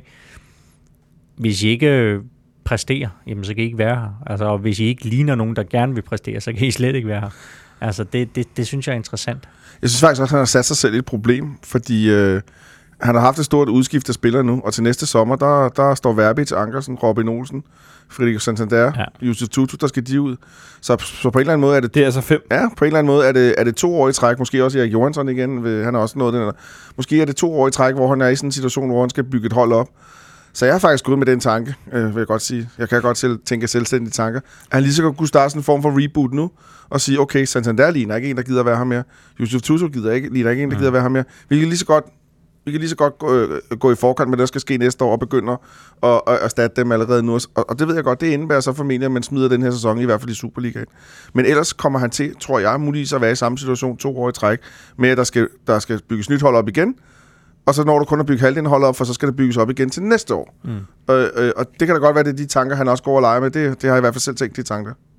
hvis I ikke præsterer, jamen så kan I ikke være her. Altså, og hvis I ikke ligner nogen, der gerne vil præstere, så kan I slet ikke være her. Altså, det, det, det synes jeg er interessant. Jeg
synes faktisk også, at han har sat sig selv i et problem, fordi øh, han har haft et stort udskift af spillere nu, og til næste sommer, der, der står Verbitz, Ankersen, Robin Olsen, Fredrik Santander, ja. Justus Tutu, der skal de ud. Så, så på en eller anden måde er det...
Det er altså fem.
Ja, på en eller anden måde er det, er det to år i træk, måske også Erik Johansson igen, han har også noget den der. Måske er det to år i træk, hvor han er i sådan en situation, hvor han skal bygge et hold op. Så jeg har faktisk gået med den tanke, øh, vil jeg godt sige. Jeg kan godt selv tænke selvstændige tanker. At han lige så godt kunne starte sådan en form for reboot nu, og sige, okay, Santander ligner ikke en, der gider at være her mere. Justus Tutu gider ikke, ligner ikke en, der gider at være her mere. Vi kan lige så godt, vi kan lige så godt gå, øh, gå i forkant med det, der skal ske næste år, og begynde at, at erstatte dem allerede nu. Og, og det ved jeg godt, det indebærer så formentlig, at man smider den her sæson, i hvert fald i Superligaen. Men ellers kommer han til, tror jeg, muligvis at være i samme situation to år i træk, med at der skal, der skal bygges nyt hold op igen, og så når du kun har bygget halvdelen hold op, for så skal det bygges op igen til næste år. Mm. Øh, øh, og det kan da godt være, det er de tanker, han også går og leger med. Det, det har jeg i hvert fald selv tænkt, de tanker.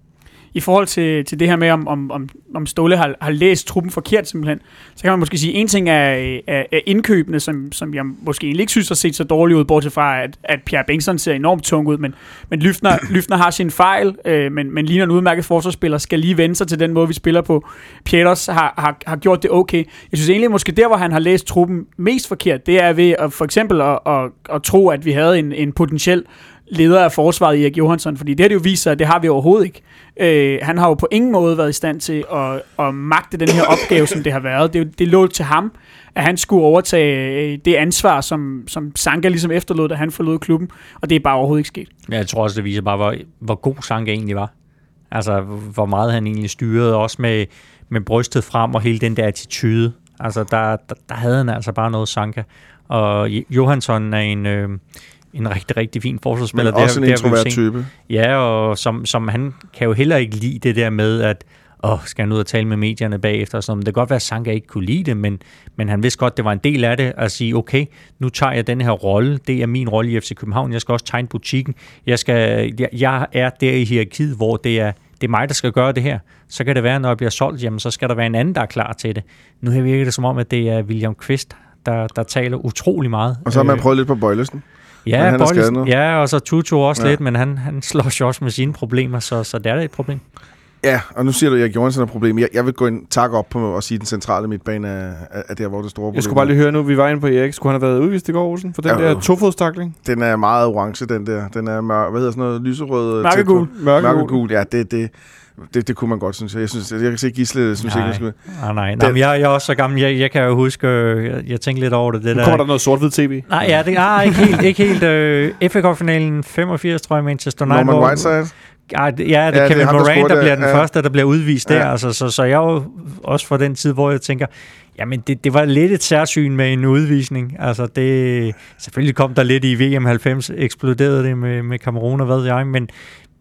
i forhold til, til det her med, om, om, om, om Ståle har, har læst truppen forkert simpelthen, så kan man måske sige, en ting er, er, er indkøbene, som, som jeg måske egentlig ikke synes har set så dårligt ud, bortset fra, at, at Pierre Bengtsson ser enormt tung ud, men, men Lyftner, Lyftner har sin fejl, øh, men, men ligner en udmærket forsvarsspiller, skal lige vende sig til den måde, vi spiller på. Pieters har, har, har gjort det okay. Jeg synes egentlig, måske der, hvor han har læst truppen mest forkert, det er ved at, for eksempel at, at, at tro, at vi havde en, en potentiel leder af forsvaret, Erik Johansson, fordi det har det jo vist sig, at det har vi overhovedet ikke. Øh, han har jo på ingen måde været i stand til at, at magte den her opgave, som det har været. Det, det lå til ham, at han skulle overtage det ansvar, som, som Sanka ligesom efterlod, da han forlod klubben, og det er bare overhovedet ikke sket.
Ja, jeg tror også, det viser bare, hvor, hvor god Sanka egentlig var. Altså, hvor meget han egentlig styrede, også med, med brystet frem og hele den der attitude. Altså, der, der, der havde han altså bare noget Sanka. Og Johansson er en... Øh, en rigtig, rigtig fin forsvarsspiller.
Men også en introvert type.
Ja, og som, som han kan jo heller ikke lide det der med, at åh, skal han ud og tale med medierne bagefter og sådan noget. Men det kan godt være, at Sanka ikke kunne lide det, men, men han vidste godt, det var en del af det, at sige, okay, nu tager jeg den her rolle, det er min rolle i F C København, jeg skal også tegne butikken, jeg, skal, jeg, jeg er der i hierarkiet, hvor det er, det er mig, der skal gøre det her. Så kan det være, når jeg bliver solgt, jamen, så skal der være en anden, der er klar til det. Nu her virker det som om, at det er William Kvist, der, der taler utrolig meget.
Og så har man prøvet lidt på Bøjlesen.
Ja, Bøjlesen, ja, og så Tutu også ja. lidt, men han, han slår jo også med sine problemer, så, så det er da et problem.
Ja, og nu siger du, at Erik Johansson er et problem. Jeg, jeg vil gå ind tak op på og sige, den centrale midtbane er, er der, hvor det store problem.
Jeg skulle bare lige høre nu, vi var inde på Erik. Skulle han have været udvist i går, Olsen, for den ja, der tofodstakling?
Den er meget orange, den der. Den er mør, hvad hedder sådan noget, lyserød?
Mørkegul.
Mørkegul, ja, det, det, det, det kunne man godt, synes jeg. Jeg, synes, jeg kan se Gisle, synes
nej.
ikke, skulle...
Nej, nej. nej jeg, jeg er også så gammel. Jeg, jeg kan jo huske, jeg, jeg tænkte lidt over det. det
nu
der.
Kommer der noget sort-hvid tv?
Nej, ja, det er ikke helt. Ikke helt øh, F A Cup-finalen femogfirs, tror jeg, Manchester United.
Norman Whiteside?
Ja, det, ja, det er Kevin Moran, der bliver den ja. første, der bliver udvist der. Ja. Altså, så, så jeg er jo også fra den tid, hvor jeg tænker, jamen det, det var lidt et særsyn med en udvisning. Altså det, selvfølgelig kom der lidt i V M halvfems, eksploderede det med, med Cameroon og hvad jeg, men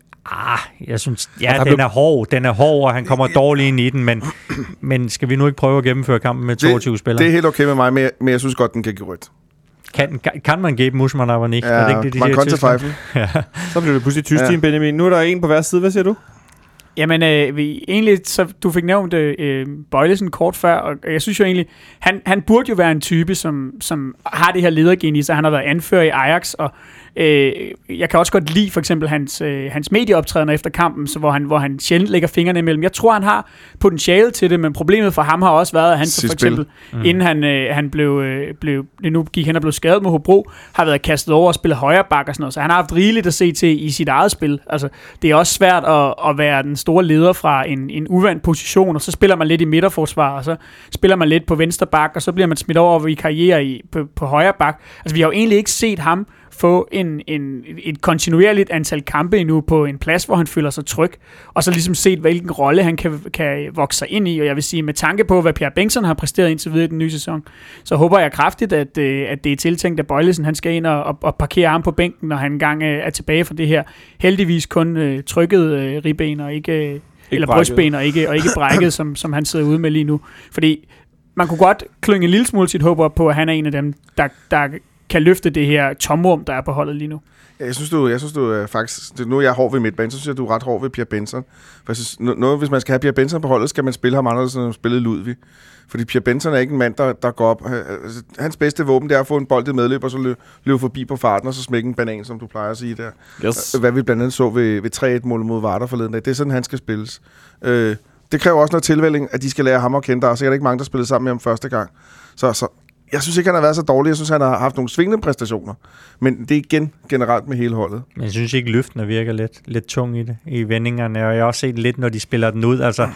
ah, jeg synes, ja, den blev... er hård, den er hård, og han kommer dårligt ind i den, men, men skal vi nu ikke prøve at gennemføre kampen med toogtyve
det,
spillere?
Det er helt okay med mig, men jeg, men jeg synes godt, den kan give rødt.
Kan, kan, kan man give Musman aber nicht?
Ja, er det ikke det, de man kan til fejfen.
Ja. Så bliver det pludselig tysk team, ja. Benjamin. Nu er der en på hver side. Hvad siger du?
Jamen, øh, vi, egentlig, så du fik nævnt øh, Bøjlesen kort før, og jeg synes jo egentlig, han, han burde jo være en type, som, som har det her ledergen i sig. Han har været anfører i Ajax, og øh, jeg kan også godt lide for eksempel hans, øh, hans medieoptrædener efter kampen, så hvor, han, hvor han sjældent lægger fingrene imellem. Jeg tror, han har potentiale til det, men problemet for ham har også været, at han så for eksempel, mm. inden han, øh, han blev, øh, blev, nu gik hen og blev skadet med Hobro, har været kastet over og spillet højre bak og sådan noget, så han har haft rigeligt at se til i sit eget spil. Altså, det er også svært at, at være den store leder fra en, en uvandt position, og så spiller man lidt i midterforsvar, og så spiller man lidt på venstre bak, og så bliver man smidt over i karriere i, på, på højre bak. Altså, vi har jo egentlig ikke set ham få en, en, et kontinuerligt antal kampe endnu på en plads, hvor han føler sig tryg, og så ligesom set, hvilken rolle han kan, kan vokse sig ind i, og jeg vil sige, med tanke på, hvad Pierre Bengtsson har præsteret indtil videre i den nye sæson, så håber jeg kraftigt, at, at det er tiltænkt, at Bøjlesen, han skal ind og, og, og parkere ham på bænken, når han engang er tilbage fra det her heldigvis kun uh, trykket uh, ribben, og ikke, uh, eller brystben, og ikke, og ikke brækket, som, som han sidder ude med lige nu. Fordi man kunne godt klynge en lille smule sit håb op på, at han er en af dem, der, der kan løfte det her tomrum, der er på holdet lige nu.
Ja, jeg synes, du, jeg synes, du er faktisk... Det, nu er jeg hård ved midtbanen, så synes jeg, du er ret hård ved Pierre Bengtsson. For jeg synes, noget, hvis man skal have Pierre Bengtsson på holdet, skal man spille ham anderledes, end man spillede Ludvig. Fordi Pierre Bengtsson er ikke en mand, der, der går op... Hans bedste våben, det er at få en bold i medløb, og så løbe, løbe forbi på farten, og så smække en banan, som du plejer at sige der. Yes. Hvad vi blandt andet så ved, ved tre et-mål mod Varder forleden dag. Det er sådan, han skal spilles. Øh, det kræver også noget tilvælling, at de skal lære ham at kende. Der er sikkert ikke mange, der spillede sammen med ham første gang. Så, så jeg synes ikke, han har været så dårlig. Jeg synes, han har haft nogle svingende præstationer. Men det er igen generelt med hele holdet.
Men jeg synes ikke, løftene virker lidt, lidt tung i det, i vendingerne. Og jeg har også set lidt, når de spiller den ud. Altså,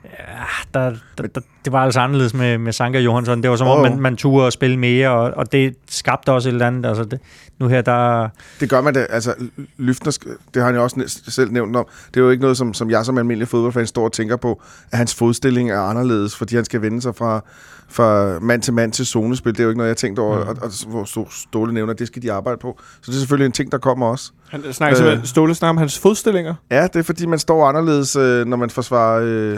ja, der, der, der, det var altså anderledes med, med Sanka Johansson. Det var som om, oh. man, man turde at spille mere, og, og det skabte også et eller andet. Altså, det, nu her, der...
Det gør man det. Altså, Lyftner, det har han jo også selv nævnt om. Det er jo ikke noget, som, som jeg som almindelig fodboldfan står og tænker på, at hans fodstilling er anderledes, fordi han skal vende sig fra, fra mand til mand til zonespil. Det er jo ikke noget, jeg tænkte over, mm. og, og hvor Ståle nævner, det skal de arbejde på. Så det er selvfølgelig en ting, der kommer også.
Han snakker øh, Ståle snakker om hans fodstillinger?
Ja, det er fordi, man står anderledes, øh, når man forsvarer... Øh,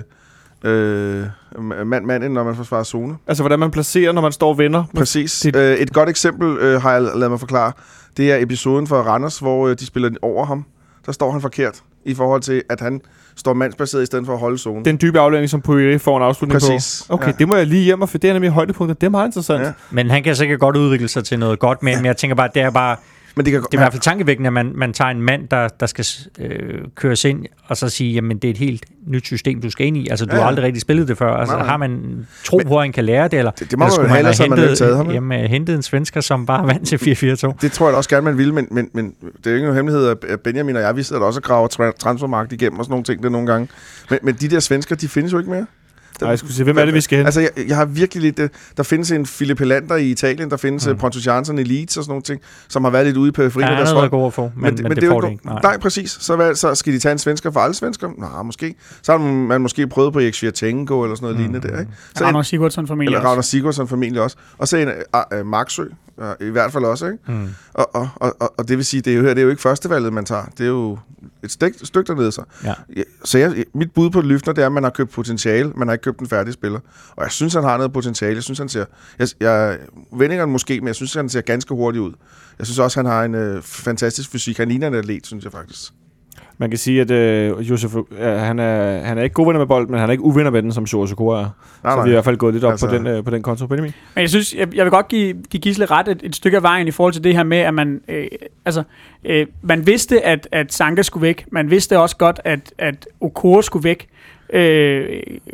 Øh, mand, mand, når man forsvarer zone.
Altså, hvordan man placerer, når man står og vender.
Præcis. Det... Øh, et godt eksempel øh, har jeg ladet mig forklare. Det er episoden fra Randers, hvor øh, de spiller over ham. Der står han forkert i forhold til, at han står mandsbaseret i stedet for at holde zonen.
Den dybe aflevering, som Poirier får en afslutning
Præcis.
på. Okay,
Ja.
det må jeg lige hjem og for det er nemlig højdepunktet. Det er meget interessant.
Ja.
Men han kan sikkert godt udvikle sig til noget godt, men, ja. men jeg tænker bare, det er bare...
Men det, kan,
Det er i hvert fald tankevækkende, at man, man tager en mand, der, der skal øh, køres ind, og så sige, jamen det er et helt nyt system, du skal ind i. Altså, du
Ja, ja.
har aldrig rigtig spillet det før. Altså,
Nej, nej.
har man tro på, at han kan lære det, eller,
Det- det må
eller
man
skulle
jo have,
man
ellers
have
havde man jo ikke
hentet,
taget ham, ikke?
jamen, hentet en svensker, som bare vandt til fire fire to?
Det tror jeg da også gerne, man ville, men, men, men det er jo ikke nogen hemmelighed, at Benjamin og jeg, vi sidder da også og graver tra- transfermarkt igennem og sådan nogle ting, det nogle gange. Men, men de der svensker, de findes jo ikke mere.
Nej, jeg skulle sige, hvem er det, vi skal hen?
Altså, jeg, jeg har virkelig lidt... Det, der findes en Philip Helander i Italien, der findes
Mm.
mm. Pontus Jansson i Leeds og sådan nogle ting, som har været lidt ude i periferien
Ja,
af
han
deres
har været
hold.
god at få, men, men, men det,
er jo
får det
ikke
ikke. Nej.
Nej, præcis. Så, hvad, så skal de tage en svensker for alle svensker? Nej, måske. Så har man måske prøvet på Erik Svirtenko eller sådan noget mm. lignende der, ikke? Så
Ragnar Sigurdsson formentlig
eller
også.
Ragnar Sigurdsson formentlig også. Og så en uh, uh, Marksø, uh, i hvert fald også, ikke?
Mm.
Og, og, og, og det vil sige, det er jo, det er jo ikke førstevalget, man tager. Det er jo et stik, stykke dernede så.
Ja.
Ja, så jeg, mit bud på Lyftner, det er, at man har købt potentiale, man har ikke købt en færdig spiller. Og jeg synes, han har noget potentiale. Jeg synes, han ser... Jeg, jeg, vendingerne måske, men jeg synes, han ser ganske hurtigt ud. Jeg synes også, han har en øh, fantastisk fysik. Han ligner en atlet, synes jeg faktisk.
Man kan sige, at øh, Josef, øh, han, er, han er ikke god vinder med bold, men han er ikke uvinder med den, som Sjore Sikora er.
Nej,
Så
nej.
vi er i hvert fald gået lidt op
Altså-
på, den, øh, på den konto. Benjamin?
Men jeg synes, jeg, jeg vil godt give, give Gisle ret et, et stykke af vejen i forhold til det her med, at man, øh, altså, øh, man vidste, at, at Sanka skulle væk. Man vidste også godt, at, at Okoro skulle væk. Øh,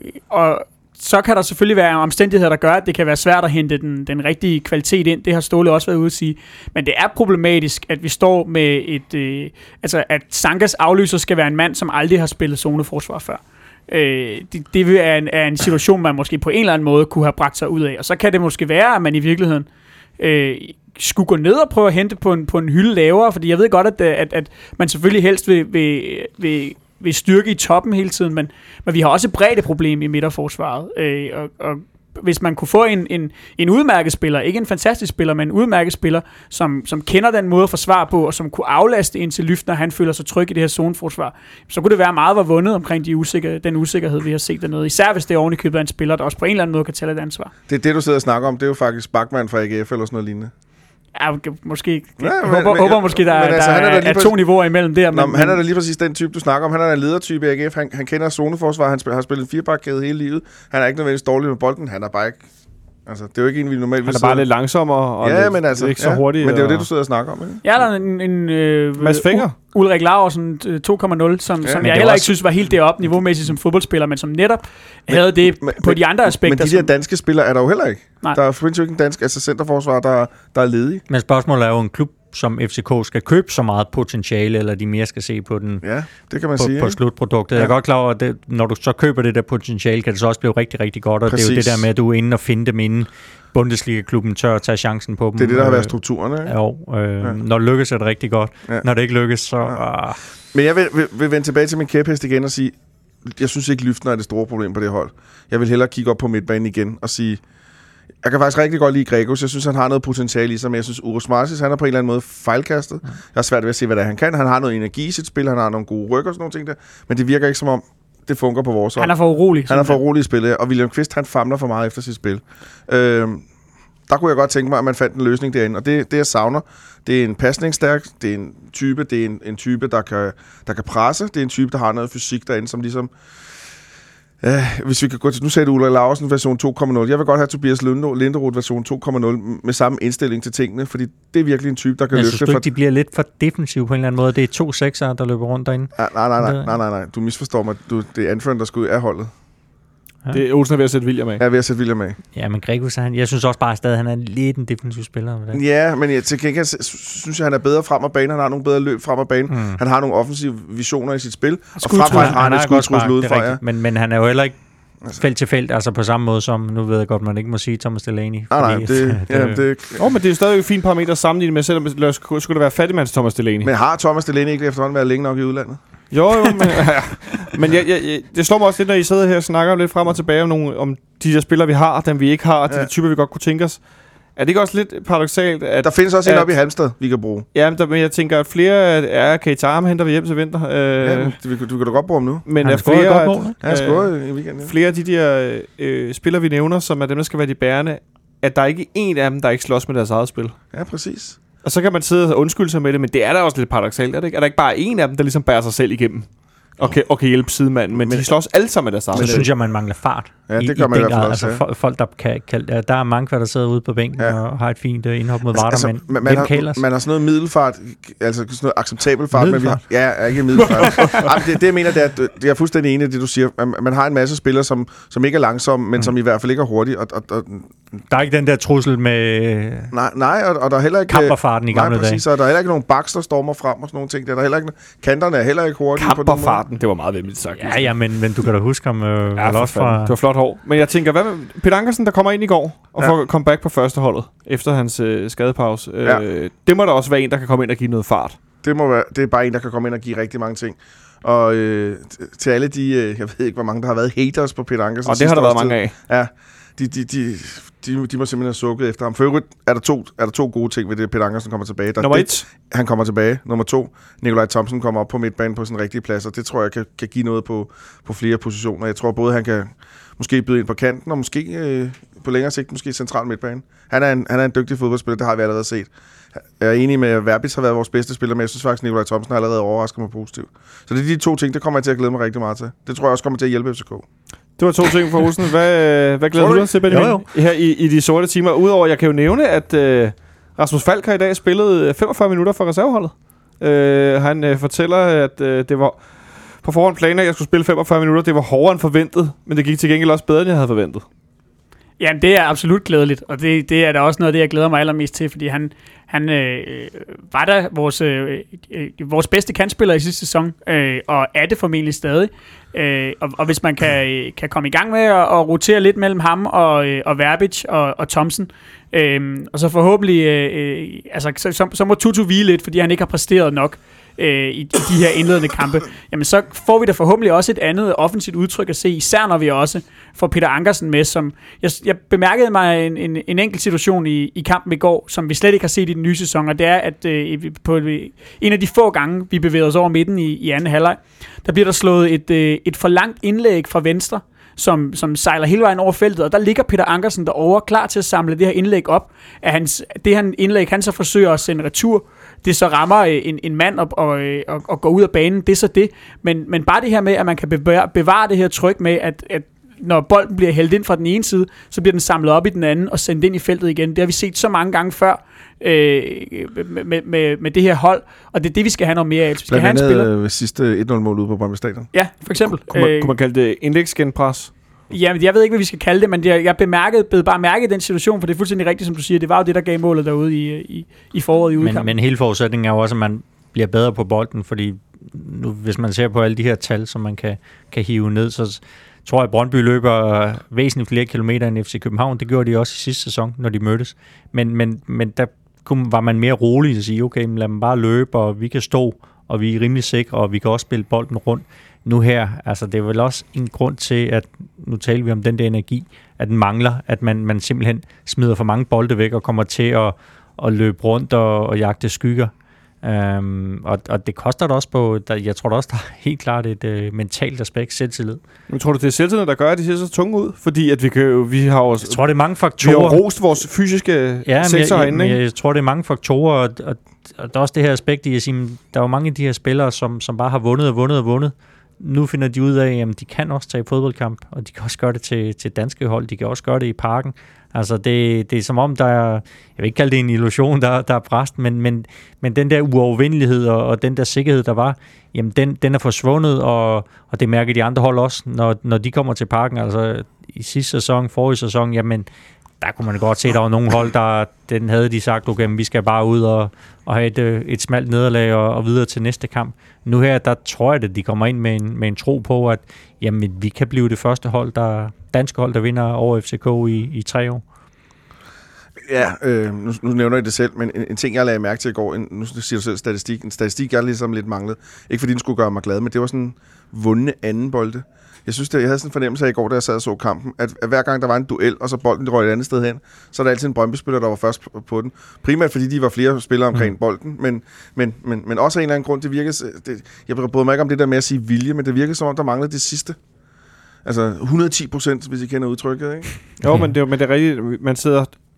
og så kan der selvfølgelig være omstændigheder, der gør, at det kan være svært at hente den, den rigtige kvalitet ind. Det har Ståle også været ude at sige. Men det er problematisk, at vi står med et... Øh, altså, at Sankas afløser skal være en mand, som aldrig har spillet zoneforsvar før. Øh, det, det er en, er en situation, man måske på en eller anden måde kunne have bragt sig ud af. Og så kan det måske være, at man i virkeligheden øh, skulle gå ned og prøve at hente på en, på en hylde lavere, fordi jeg ved godt, at, at, at man selvfølgelig helst vil, vil, vil, vil styrke i toppen hele tiden, men, men vi har også et breddeproblem i midterforsvaret. Øh, og, og hvis man kunne få en, en, en udmærket spiller, ikke en fantastisk spiller, men en udmærket spiller, som, som kender den måde at forsvare på, og som kunne aflaste ind til Lyft, når han føler sig tryg i det her zoneforsvar, så kunne det være meget var vundet omkring de usikre, den usikkerhed, vi har set dernede. Især hvis det er oven i købet af en spiller, der også på en eller anden måde kan tage et ansvar.
Det er det, du sidder og snakker om. Det er jo faktisk Bachmann fra A G F eller sådan noget lignende.
Ja, måske.
Ja,
Jeg
men-
håber,
men-
håber måske, der,
men
der
altså, han er da
er,
lige
er to
præcis-
niveauer imellem der.
Nå,
Men,
men han er da lige præcis den type, du snakker om. Han er en ledertype i A G F. Han, han kender zoneforsvar. Han spil, har spillet en firebakkæde hele livet. Han er ikke nødvendigvis dårlig med bolden. Han er bare ikke... Altså, det er jo ikke en, vi normalt
Han
vil
er bare lidt langsommere og
ja,
lidt,
men altså,
ikke så
ja,
hurtig.
Men det er jo det,
og-
du sidder og snakker om, ikke?
ja, der er en, en øh,
Mads Fenger.
U- Ulrik Laursen øh, to komma nul, som,
Ja,
som
men
jeg
det er
heller
også-
ikke synes var helt deroppe niveaumæssigt som fodboldspiller, men som netop men, havde det
men-
på
men-
de andre aspekter.
Men de der
som,
danske spillere er der jo heller ikke.
Nej.
Der findes jo ikke en dansk altså centerforsvar, der, der er ledig.
Men spørgsmålet er jo, en klub som F C K skal købe så meget potentiale, eller de mere skal se på den
Ja, det kan man
på,
sige.
på
ikke?
slutproduktet.
Ja.
Jeg er godt klar over, at det, når du så køber det der potentiale, kan det så også blive rigtig, rigtig godt, og
Præcis.
det er jo det der med, at du er inde og finde dem inden Bundesliga-klubben tør at tage chancen på dem.
Det er det, der har været
Øh,
strukturerne. Ikke?
Jo, øh,
Ja.
når det lykkes, er det rigtig godt.
Ja.
Når det ikke lykkes, så...
Ja.
Ah,
Men jeg vil, vil, vil vende tilbage til min kæphest igen og sige, jeg synes ikke, Lyftner er det store problem på det hold. Jeg vil hellere kigge op på midtbanen igen og sige, jeg kan faktisk rigtig godt lide Gregos. Jeg synes, han har noget potentiale i sig, men jeg synes, Uros Marcis, han er på en eller anden måde fejlkastet. Jeg har svært ved at se, hvad det er, han kan. Han har noget energi i sit spil, han har nogle gode rykker og sådan nogle ting der, men det virker ikke som om, det fungerer på vores hold.
han er for urolig.
Han er for
simpelthen.
rolig i spillet, og William Kvist, han famler for meget efter sit spil. Øhm, der kunne jeg godt tænke mig, at man fandt en løsning derinde, og det, det jeg savner, det er en pasningsstærk, det er en type, det er en, en type, der kan, der kan presse, det er en type, der har noget fysik derinde, som ligesom... Ja, hvis vi kan gå til... Nu sagde du Ulrik Laursen version to komma nul. Jeg vil godt have Tobias Linderoth version to komma nul med samme indstilling til tingene, fordi det er virkelig en type, der kan
jeg
løfte...
synes du
for...
ikke, de bliver lidt for defensive på en eller anden måde? Det er to sekser, der løber rundt derinde.
Ah, nej, nej, nej, nej, nej, nej, du misforstår mig. Du, det er anføreren, der skal ud af holdet.
Det er Olsen er ved at sætte William af.
Jeg er ved at sætte William af.
Ja, men Gregus, han, jeg synes også bare stadig, at han er lidt en defensiv spiller. Med det.
Ja, men jeg, til gengæld sy- synes jeg, han er bedre frem af banen. Han har nogle bedre løb frem af banen.
Mm.
Han har nogle offensive visioner i sit spil. Og
Skudtrussel.
frem for alt har han et
har godt
skudtrussel
spark, det er
udefra, ja.
rigtigt. Men, men han er jo heller ikke
Altså.
felt til felt, altså på samme måde som, nu ved jeg godt, man ikke må sige Thomas Delaney.
Nej, nej,
fordi-
det, ja, det,
Åh, oh, men det er jo stadig et fint parameter at sammenligne med, selvom det skulle det være fattigmands Thomas Delaney.
men har Thomas Delaney ikke efterhånden været længe nok i udlandet?
Jo, jo, men, men jeg, jeg, jeg, det slår mig også lidt, når I sidder her og snakker lidt frem og tilbage om, nogle, om de der spillere, vi har, dem vi ikke har, de
Ja.
der typer, vi godt kunne tænke os. Er det ikke også lidt paradoksalt, at...
Der findes også en
at-
oppe i Halmstad, vi kan bruge.
Ja, men, der, men jeg tænker, at flere er Keita, ham henter vi hjem til vinter. Øh,
Ja, men du, du kan da godt bruge ham nu.
men
Han
er
scorede et
flere,
godt mål, ikke?
Ja, han scorede i weekenden. Ja.
flere af de der øh, spillere, vi nævner, som er dem, der skal være de bærende, at der er ikke en af dem, der ikke slås med deres eget spil.
Ja, præcis.
Og så kan man sidde og undskylde sig med det, men det er da også lidt paradoksalt, er det ikke? Er der ikke bare en af dem, der ligesom bærer sig selv igennem? og kan, og kan hjælpe sidemanden, men, men de slås alle sammen med deres
Så
arme.
synes jeg, man mangler fart.
Ja, det
i,
gør
i
man i
den
hvert fald
grad.
også,
Altså
ja.
fo- folk, der kan, kan, der er mange, der sidder ude på bænken
Ja.
og har et fint uh, indhop mod
Altså,
Varder,
altså,
men
man, man,
hvem
har,
kan ellers?
man har sådan noget middelfart, altså sådan noget acceptabel fart, men vi har,
Middelfart?
ja, ikke middelfart. Ej, det, det jeg mener, det er, at det er fuldstændig enig i det, du siger. Man, man har en masse spillere, som, som ikke er langsomme, men mm. som i hvert fald ikke er hurtige. Og, og, og,
Der er ikke den der trussel med
nej, nej og, og der er heller ikke...
kamperfarten i gamle
nej,
dage.
præcis, og der er heller ikke nogen baks, der stormer frem og sådan nogle ting. Der er heller ikke, kanterne er heller ikke hurtige. på den måde.
Kamperfarten, det var meget vemmeligt sagt.
Ja, ja, men, men du kan da huske ham øh,
Ja,
ja, også
fra...
fra...
Det var flot hår. Men jeg tænker, hvad med Peter Ankersen, der kommer ind i går og
Ja.
får comeback på førsteholdet efter hans øh, skadepause.
Ja.
Øh, det må da også være en, der kan komme ind og give noget fart.
Det, må være, det er bare en, der kan komme ind og give rigtig mange ting. Og øh, t- til alle de, øh, jeg ved ikke, hvor mange der har været haters på Peter Ankersen.
Og det har der været mange af.
Ja, de, de, de, de, de må simpelthen have sukket efter ham. For øvrigt er der to, er der to gode ting ved det, Peter Ankersen kommer tilbage. Der er
Nummer
det,
et.
Han kommer tilbage. Nummer to, Nikolaj Thomsen kommer op på midtbanen på sin rigtige plads, og det tror jeg kan, kan give noget på, på flere positioner. Jeg tror både, han kan måske byde ind på kanten, og måske øh, på længere sigt, måske central midtbane. Han er, en, han er en dygtig fodboldspiller, det har vi allerede set. Jeg er enig med, at Verbis har været vores bedste spiller, men jeg synes faktisk, at Nikolaj Thomsen har allerede overrasket mig positivt. Så det er de to ting, det kommer jeg til at glæde mig rigtig meget til. Det tror jeg også kommer til at hjælpe F C K.
Det var to ting for Olsen. Hvad, hvad glæder
Tror
du
du
dig til, Benjamin?
Jo,
Her i, i de sorte timer. Udover, jeg kan jo nævne, at øh, Rasmus Falk har i dag spillet femogfyrre minutter for reserveholdet. Øh, han øh, fortæller, at øh, det var på forhånd planer, at jeg skulle spille femogfyrre minutter. Det var hårdere end forventet, men det gik til gengæld også bedre, end jeg havde forventet.
Jamen, det er absolut glædeligt, og det, det er da også noget af det, jeg glæder mig allermest til, fordi han, han øh, var da vores, øh, øh, vores bedste kantspiller i sidste sæson, øh, og er det formentlig stadig. Øh, og, og hvis man kan, kan komme i gang med at, at rotere lidt mellem ham og, øh, og Verbic og, og Thomsen, øh, og så forhåbentlig, øh, altså, så, så, så må Tutu hvile lidt, fordi han ikke har præsteret nok øh, i, i de her indledende kampe, jamen så får vi da forhåbentlig også et andet offensivt udtryk at se, især når vi også får Peter Ankersen med, som jeg, jeg bemærkede mig en, en, en enkelt situation i, i kampen i går, som vi slet ikke har set i den nye sæson, og det er, at øh, på en af de få gange, vi bevæger os over midten i, i anden halvleg, der bliver der slået et, øh, et for langt indlæg fra venstre, som, som sejler hele vejen over feltet, og der ligger Peter Ankersen derovre, klar til at samle det her indlæg op. At hans, det her indlæg, han så forsøger at sende retur, det så rammer en, en mand op og, og, og går ud af banen, det er så det. Men, men bare det her med, at man kan bevare, bevare det her tryk med, at, at når bolden bliver hældt ind fra den ene side, så bliver den samlet op i den anden og sendt ind i feltet igen. Det har vi set så mange gange før øh, med, med, med det her hold, og det er det, vi skal have noget mere af. Vi skal have en spiller.
Blandt sidste et nul-mål ude på Brøndby Stadion.
Ja, for eksempel.
Kunne man, kunne man kalde det indlægsgenpres?
Ja, jeg ved ikke, hvad vi skal kalde det, men jeg, jeg bemærkede, blev bare mærket den situation, for det er fuldstændig rigtigt, som du siger. Det var jo det, der gav målet derude i, i, i foråret i udkampen.
Men, men hele forudsætningen er jo også, at man bliver bedre på bolden, fordi nu, hvis man ser på alle de her tal, som man kan, kan hive ned, så tror jeg, at Brøndby løber væsentligt flere kilometer end F C København. Det gjorde de også i sidste sæson, når de mødtes. Men, men, men der var man mere rolig at sige, okay, lad dem bare løbe, og vi kan stå, og vi er rimelig sikre, og vi kan også spille bolden rundt. Nu her, altså det er vel også en grund til, at nu taler vi om den der energi, at den mangler, at man, man simpelthen smider for mange bolde væk og kommer til at, at løbe rundt og, og jagte skygger. Um, og, og det koster det også på, der, jeg tror da også, der er helt klart et uh, mentalt aspekt, selvtillid.
Men tror du, det er selvtillid, der gør, at de ser så tunge ud? Fordi at vi, kan jo, vi har også...
Jeg tror, det er mange
Vi
faktorer.
har rost vores fysiske
ja,
sektor
jeg,
herinde,
jeg,
ikke?
jeg tror, det er mange faktorer, og, og, og der er også det her aspekt i at sige, der er jo mange af de her spillere, som, som bare har vundet og vundet og vundet. Nu finder de ud af, at de kan også tage fodboldkamp, og de kan også gøre det til, til danske hold, de kan også gøre det i parken. Altså det, det er som om, der er, jeg vil ikke kalde det en illusion, der, der er bræst, men, men, men den der uovervindelighed og, og den der sikkerhed, der var, jamen den, den er forsvundet, og, og det mærker de andre hold også, når, når de kommer til parken. Altså i sidste sæson, forrige sæson, jamen der kunne man godt se, at der var nogle hold, der den havde de sagt, okay, vi skal bare ud og, og have et, et smalt nederlag og, og videre til næste kamp. Nu her, der tror jeg, at de kommer ind med en, med en tro på, at jamen, vi kan blive det første hold, der danske hold, der vinder over F C K i, i tre år.
Ja, øh, nu, nu nævner jeg det selv, men en, en ting, jeg lagde mærke til i går, en, nu siger du selv statistik, en statistik, jeg ligesom lidt manglede. Ikke fordi den skulle gøre mig glad, men det var sådan vundne anden bolde. Jeg synes, det, jeg havde sådan en fornemmelse af i går, da jeg sad og så kampen, at, at hver gang der var en duel, og så bolden røg et andet sted hen, så er der altid en Brøndby-spiller, der var først på, på den. Primært fordi de var flere spillere omkring mm. bolden, men, men, men, men også af en eller anden grund, det virkede, det, jeg bryder mig ikke om det der med at sige vilje, men det virkede som om, der manglede det sidste. Altså hundrede og ti procent, hvis I kender udtrykket, ikke?
Jo, men det, men det er rigtigt. Man sidder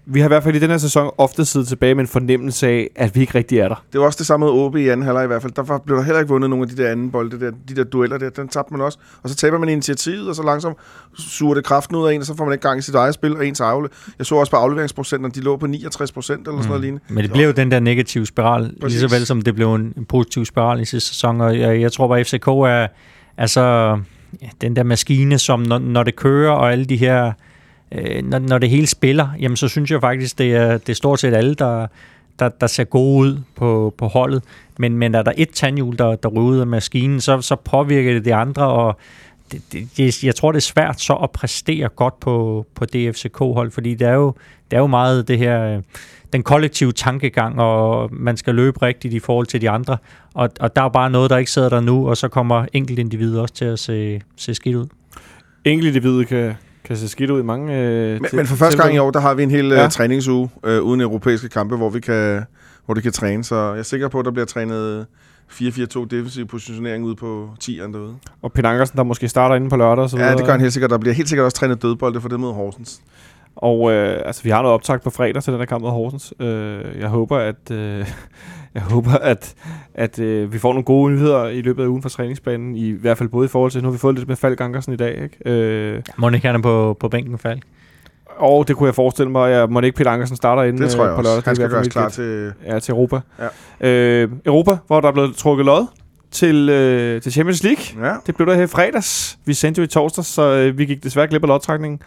vi har i hvert fald i den her sæson ofte siddet tilbage med en fornemmelse af, at vi ikke rigtig er der.
Det var også det samme med O B i anden halvleg i hvert fald. Der blev der heller ikke vundet nogle af de der anden bolde, der, de der dueller der. Den tabte man også. Og så taber man initiativet, og så langsomt suger det kraften ud af en, og så får man ikke gang i sit eget spil og ens afle. Jeg så også på afleveringsprocenten, de lå på niogtres procent eller sådan noget lignende.
Men det blev jo den der negative spiral, lige så vel som det blev en, en positiv spiral i sidste sæson. Og jeg, jeg tror bare, at F C K er altså ja, den der maskine, som når, når det kører, og alle de her øh, når, når det hele spiller, jamen så synes jeg faktisk, det er, det er stort set alle, der, der, der ser gode ud på, på holdet. Men, men er der et tandhjul, der, der ryger ud af maskinen, så, så påvirker det de andre, og det, det, jeg tror, det er svært så at præstere godt på, på det F C K-hold, fordi det er jo, det er jo meget det her, den kollektive tankegang, og man skal løbe rigtigt i forhold til de andre, og, og der er bare noget, der ikke sidder der nu, og så kommer enkeltindividet også til at se, se skidt ud.
Enkeltindividet kan, kan se skidt ud i mange øh,
men, men for første gang i år, der har vi en hel
ja.
uh, træningsuge uh, uden europæiske kampe, hvor vi kan, hvor det kan træne, så jeg er sikker på, at der bliver trænet fire fire to defensiv positionering ude på tieren derude.
Og Pind Ankersen, der måske starter inde på lørdag og så videre.
Ja, det gør han helt sikkert. Der bliver helt sikkert også trænet dødbolde for det mod Horsens.
Og øh, altså, vi har noget optakt på fredag til den her kamp mod Horsens. Øh, jeg håber, at øh, jeg håber, at, at øh, vi får nogle gode nyheder i løbet af ugen for træningsbanen. I hvert fald både i forhold til, nu har vi fået lidt med Falk Ankersen i dag, ikke? Øh,
må ikke have på, på bænken, Falk?
Og det kunne jeg forestille mig. Jeg må ikke Peter Ankersen starter inden
det tror jeg
på lørdag.
Han skal gøres klar til...
Ja, til Europa.
Ja.
Øh, Europa, hvor der er blevet trukket lod til, øh, til Champions League.
Ja.
Det blev der her i fredags. Vi sendte jo i torsdag, så øh, vi gik desværre glip af lodtrækningen.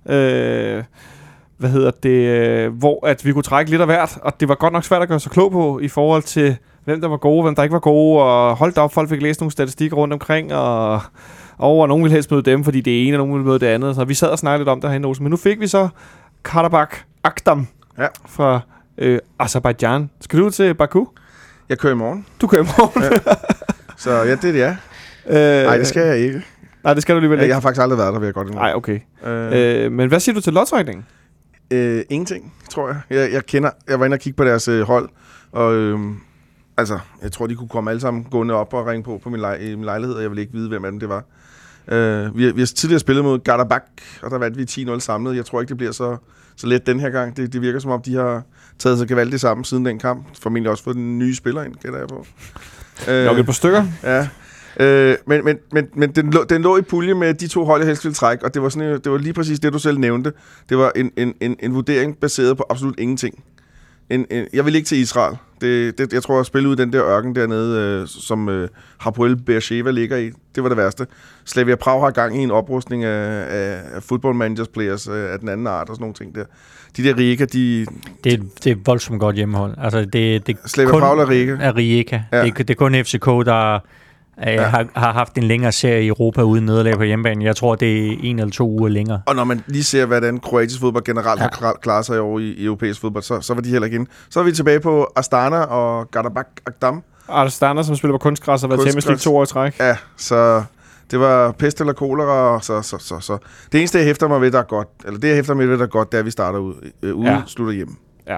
Øh, hvad hedder det? Øh, hvor at vi kunne trække lidt af hvert, og det var godt nok svært at gøre sig klog på i forhold til, hvem der var gode, hvem der ikke var gode, og hold da op, folk fik læst nogle statistikker rundt omkring, og, og nogen ville helst møde dem, fordi det ene, og nogen ville møde det andet. Så vi sad og snakkede lidt om det herinde, men nu fik vi så Karabakh Akdam ja. fra øh, Azerbaijan. Skal du til Baku?
Jeg kører i morgen.
Du kører i morgen?
Ja. Så ja, det er det, ja. Øh, Nej, det skal jeg ikke.
Nej, det skal du alligevel ikke.
Jeg har faktisk aldrig været der, vil jeg godt indrømme.
Nej, okay. Øh. Øh, men hvad siger du til lodtrækningen?
Øh, ingenting, tror jeg. jeg. Jeg kender, jeg var inde og kigge på deres øh, hold, og øh, altså, jeg tror, de kunne komme alle sammen gående op og ringe på på min, lej- min lejlighed, og jeg ville ikke vide, hvem af dem det var. Øh, vi, vi har tidligere spillet mod Karabakh, og der vandt vi ti nul samlet. Jeg tror ikke, det bliver så, så let den her gang. Det, det virker som om, de har taget sig gevaldigt sammen siden den kamp. Formentlig også fået den nye spiller ind, gætter jeg på.
Øh, Nok et par stykker.
Ja. Øh, men men, men, men den, lå, den lå i pulje med de to hold, jeg helst ville trække, og det var, sådan, det var lige præcis det, du selv nævnte. Det var en, en, en, en vurdering baseret på absolut ingenting. En, en, jeg vil ikke til Israel. Det, det, jeg tror, at spille ud den der ørken dernede, øh, som øh, Hapoel Beersheva ligger i, det var det værste. Slavia Prag har gang i en oprustning af, af, af football managers players øh, af den anden art og sådan nogle ting der. De der Rijeka, de...
Det er, det er voldsomt godt hjemmehold. Altså, det, det
Slavia Prag og Rijeka.
Er Rijeka. Ja. Det, det er kun F C K, der... Ja. Har, har haft en længere serie i Europa uden nederlag på hjemmebane. Jeg tror, det er en eller to uger længere.
Og når man lige ser, hvordan kroatisk fodbold generelt ja. har klaret sig over i, i europæisk fodbold, så, så var de heller ikke inde. Så er vi tilbage på Astana og Karabakh Akdam.
Astana, som spiller på kunstgræs og har været Champions League to år i træk.
Ja, så det var pest eller kolera. Så, så, så, så. Det eneste, jeg hæfter mig ved, der er godt, eller det, jeg hæfter mig ved, der er godt, det er, at vi starter ud, øh, ude, ja. slutter hjemme.
Ja.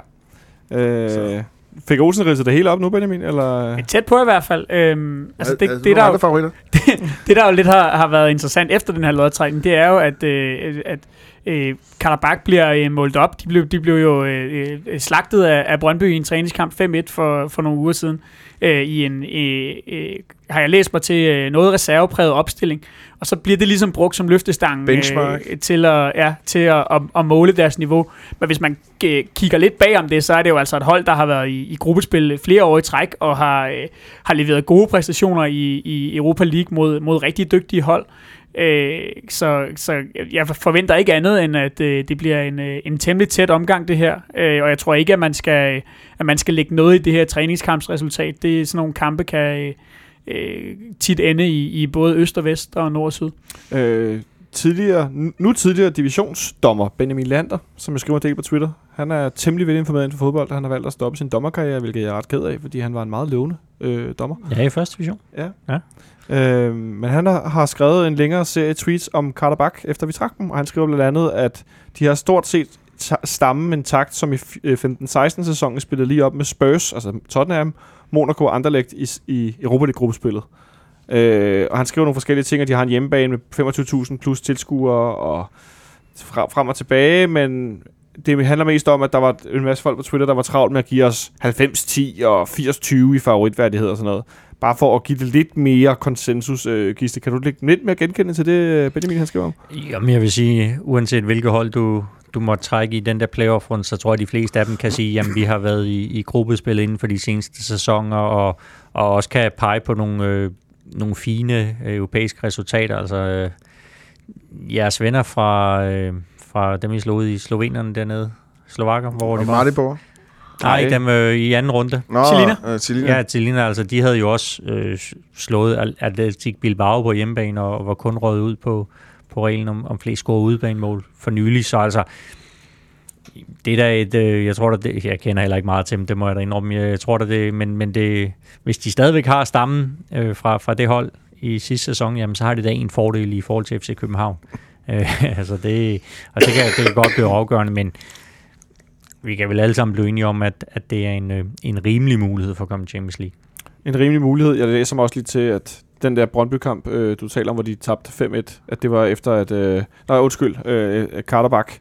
Øh, fik Olsen ridset det hele op nu, Benjamin? Eller?
Tæt på i hvert fald. Øhm, altså det,
altså,
det, der jo,
det,
det, der jo lidt har, har været interessant efter den her lodtrækning, det er jo, at, øh, at øh, Karabakh bliver øh, målt op. De blev, de blev jo øh, slagtet af, af Brøndby i en træningskamp fem et for, for nogle uger siden. Øh, I en, øh, øh, har jeg læst mig til øh, noget reservepræget opstilling, og så bliver det ligesom brugt som løftestang øh, til, at, ja, til at, at, at måle deres niveau. Men hvis man øh, kigger lidt bagom det, så er det jo altså et hold, der har været i, i gruppespil flere år i træk, og har, øh, har leveret gode præstationer i, i Europa League mod, mod rigtig dygtige hold. Øh, så, så jeg forventer ikke andet, end at øh, det bliver en, øh, en temmelig tæt omgang, det her. Øh, og jeg tror ikke, at man skal, at man skal lægge noget i det her træningskampsresultat. Det er sådan nogle kampe, kan øh, tit ende i, i både øst og vest og nord og syd.
Øh, tidligere, nu tidligere divisionsdommer Benjamin Lander, som jeg skriver en del på Twitter, han er temmelig velinformeret inden for fodbold. Han har valgt at stoppe sin dommerkarriere, hvilket jeg er ret ked af, fordi han var en meget lovende øh, dommer.
Ja, i første division.
Ja.
ja.
Øh, men han har, har skrevet en længere serie tweets om Karabakh, efter vi trak dem, og han skriver blandt andet, at de har stort set ta- stammen intakt, som i femten seksten sæsonen spillede lige op med Spurs, altså Tottenham, Monaco og Anderlecht i, i Europa League-gruppespillet. Øh, og han skriver nogle forskellige ting, at de har en hjemmebane med femogtyve tusind plus tilskuere og fra, frem og tilbage, men det handler mest om, at der var en masse folk på Twitter, der var travlt med at give os halvfems ti og firs tyve i favoritværdighed og sådan noget. Bare for at give det lidt mere konsensus, øh, Gisle. Kan du lægge lidt mere genkendende til det, Benjamin han skriver om?
Jamen, jeg vil sige, uanset hvilket hold du, du måtte trække i den der playoff-rund, så tror jeg, de fleste af dem kan sige, jamen vi har været i, i gruppespil inden for de seneste sæsoner, og, og også kan pege på nogle, øh, nogle fine øh, europæiske resultater. Altså, øh, jeres venner fra, øh, fra dem, I slog ud i slovenerne dernede, Slovakker, hvor
Og
de var.
Maribor.
Nej, dem øh, i anden runde.
Nå,
Celina.
øh, Celina.
Ja, Celina, altså de havde jo også øh, slået Athletic Bilbao på hjemmebane, og, og var kun røget ud på, på reglen om, om flest score udebanemål for nylig. Så altså, det er da et, øh, jeg tror da, det, jeg kender heller ikke meget til dem, det må jeg da indrømme, jeg tror da det, men, men det, hvis de stadigvæk har stammen øh, fra, fra det hold i sidste sæson, jamen så har det da en fordel i forhold til F C København. Øh, altså det, og det kan, det kan godt blive afgørende, men vi kan vel alle sammen blive enige om, at, at det er en, øh, en rimelig mulighed for at komme til Champions League.
En rimelig mulighed. Jeg læser mig også lige til, at den der Brøndby-kamp, øh, du taler om, hvor de tabte fem et, at det var efter, at... Øh, nej, undskyld, øh, Karterbak.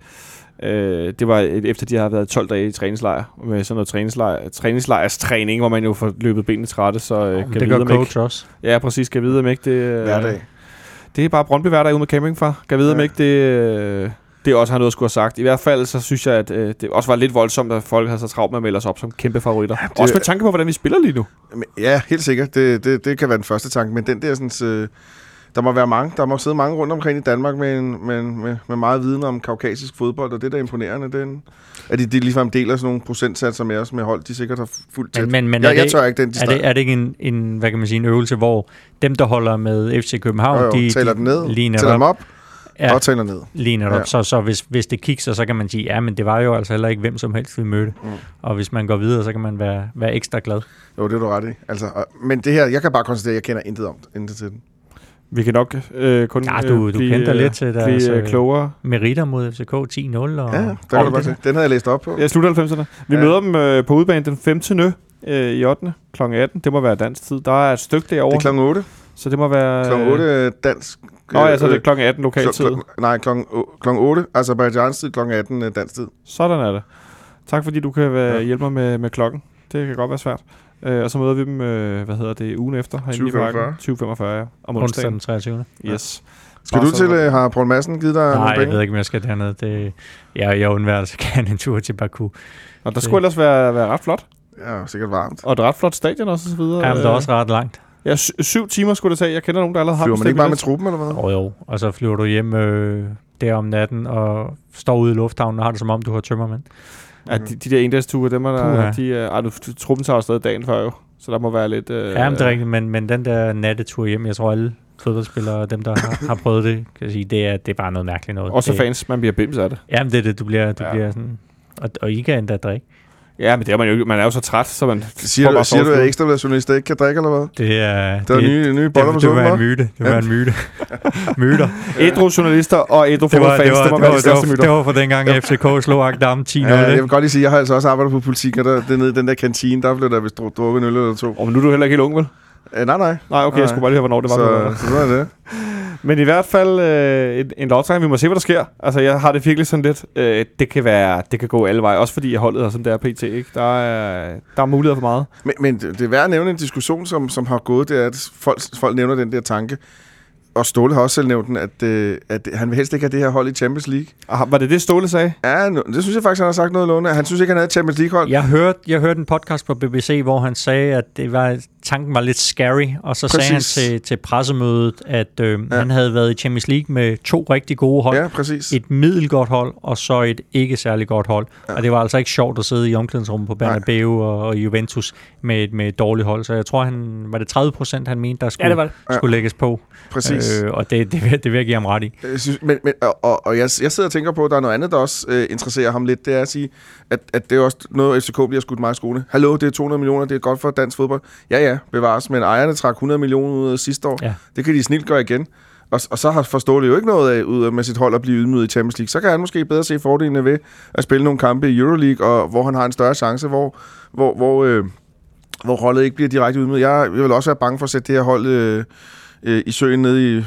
Øh, det var et, efter, de har været tolv dage i træningslejr, med sådan noget træningslejr, træningslejrstræning, hvor man jo får løbet benene trætte, så øh, kan
det
vide,
gør
om
coach
ikke,
også.
Ja, præcis, kan vide, om ikke det... Øh,
Hverdag.
Det er bare Brøndby hverdag ude med campingfar. Kan vide, ja. om ikke det... Øh, det også har noget at skulle have sagt. I hvert fald, så synes jeg, at øh, det også var lidt voldsomt, at folk havde så travlt med at melde os op som kæmpe favoritter. Ja, det, også med tanke på, hvordan vi spiller lige nu.
Ja, helt sikkert. Det, det, det kan være den første tanke. Men den der sådan... Øh, der må være mange. Der må sidde mange rundt omkring i Danmark med, en, med, med, med meget viden om kaukasisk fodbold, og det der er imponerende, den, at de, de ligefrem deler sådan nogle procentsatser med os med hold, de sikkert har fuldt tæt.
Men, men, men
jeg,
er det,
jeg tør ikke den, de
er det, er det ikke en, en, hvad kan man sige, en øvelse, hvor dem, der holder med F C København,
jo, jo,
de
tæller den ned,
ligner
tæller dem op,
ja,
og tæller ned.
Ligner
Ja.
op. Så, så hvis, hvis det kigger, så kan man sige, ja, men det var jo altså heller ikke hvem som helst, vi mødte. Mm. Og hvis man går videre, så kan man være, være ekstra glad.
Jo, det er du ret i. Altså, og, men det her, jeg kan bare konstatere, at jeg kender intet om intet til den.
Vi kan nok øh, kun
Ja, du,
øh,
du
blive,
kendte dig lidt til deres
blive øh, klogere.
meritter mod F C K ti nul. Og,
Ja, der kan du bare se. Den havde jeg læst op på.
Ja, slut halvfemserne. Vi
Ja.
møder dem øh, på udebane den femte Øh, i ottende klokken atten. Det må være dansk tid. Der er et stykke derovre.
Det er klokken otte.
Så det må være...
Klokken otte dansk.
Nå ja, så er det klokken atten lokal tid.
Kl- nej, klokken, klokken otte, altså Azerbaijansk tid, klokken atten dansk tid.
Sådan er det. Tak fordi du kan være,
Ja.
hjælpe mig med, med klokken. Det kan godt være svært. Øh, og så møder vi dem, øh, hvad hedder det, ugen efter.
tyve femogfyrre.
tyve femogfyrre, ja. Om
onsdag
onsdagen.
den treogtyvende
Yes.
Skal
Bare
du
så-
til, øh, har Poul Madsen givet dig
Nej,
nogle
jeg
penge?
ved ikke, om jeg skal dernede. Det, jeg, jeg undværer altså gerne en tur til Baku.
Og der skulle ellers være, være ret flot.
Ja, sikkert varmt.
Og et ret flot stadion også, og så videre.
Ja, men det er også ret langt.
Ja, sy- syv timer skulle det tage. Jeg kender nogen, der allerede har
Flyver man
bestilt
ikke bare med
billet.
truppen, eller hvad?
Og jo, og så flyver du hjem øh, der om natten og står ude i lufthavnen og har det som om, du har tømmermænd.
Ja, de, de der endagsture, dem er der...
Puha.
De, er- ej, du, truppen tager afsted dagen før jo. Så der må være lidt... Øh,
Ja, men det er rigtigt, men, men den der nattetur hjem, jeg tror alle fodboldspillere og dem, der har, har prøvet det, kan jeg sige, det er, det er bare noget mærkeligt noget.
Også
det,
fans, man bliver bims af det.
Jamen, det er det, du bliver, du
Ja.
ja. bliver sådan... Og, og I kan endda drikke.
Ja, men det er man jo ikke. Man er jo så træt, så man...
Siger
får
du,
bare
siger du, at
soveskud.
ekstrabladjournalister ikke kan drikke, eller hvad?
Det er...
Der er
det,
nye, nye boller på
det, det var
suppen,
en myte. Det var
Ja.
en myte. Myter.
Ædru journalister og ædru
Det var,
fodboldfans,
det, var,
det må
det,
være
var,
de
det,
største
var,
myter.
det var for dengang F C K slog Agdam ti nul.
Ja, jeg vil godt lige sige, jeg har altså også arbejdet på politik, og der, dernede i den der kantine, der blev der vist dru- drukket en øl eller to.
Åh, men nu er du heller ikke helt ung, vel?
Øh, nej, nej.
Nej, okay,
Nej.
jeg skulle bare lige høre, hvornår det var. du var.
Så, så sådan er det.
Men i hvert fald øh, en, en lodtrækning. Vi må se, hvad der sker. Altså, jeg har det virkelig sådan lidt... Øh, det kan være, det kan gå alle veje. Også fordi jeg holdet er sådan der P T, ikke? Der er, der er muligheder for meget.
Men, men det det er værd at nævne en diskussion, som, som har gået, det er, at folk, folk nævner den der tanke, og Ståle har også selv nævnt den, at, øh, at han vil helst ikke have det her hold i Champions League.
Aha, var det det, Ståle sagde?
Ja, nu, det synes jeg faktisk, han har sagt noget låne. Han synes ikke, han havde et Champions League-hold.
Jeg hørte, jeg hørte en podcast på B B C, hvor han sagde, at det var, tanken var lidt scary, og så
Præcis.
sagde han til, til pressemødet, at øh,
Ja.
ja. han havde været i Champions League med to rigtig gode hold.
Ja, præcis.
Et middelgodt hold, og så et ikke særlig godt hold.
Ja.
Ja. Og det var altså ikke sjovt at sidde i omklædningsrummet på Bernabeu og, og Juventus med et, med et dårligt hold. Så jeg tror, han var det tredive procent, han mente, der skulle,
Ja, det var det.
Ja.
skulle lægges på.
Præcis.
Øh, og det, det, vil- det vil jeg give ham ret i.
Jeg synes, men, men, og, og, og jeg, jeg sidder og tænker på, at der er noget andet, der også øh, interesserer ham lidt. Det er at sige, at, at det er også noget, F C K bliver skudt meget i skoene. Hallo, det er to hundrede millioner, det er godt for dansk fodbold. Ja, ja, bevares, men ejerne trak hundrede millioner ud af sidste år.
Ja.
Det kan de snilt gøre igen. Og, og så har forstået det jo ikke noget af, ud af med sit hold at blive ydmyget i Champions League. Så kan han måske bedre se fordelene ved at spille nogle kampe i Euroleague, og hvor han har en større chance, hvor, hvor, hvor, øh, hvor holdet ikke bliver direkte ydmyget. Jeg, jeg vil også være bange for at sætte det her hold øh, øh, i søen nede i,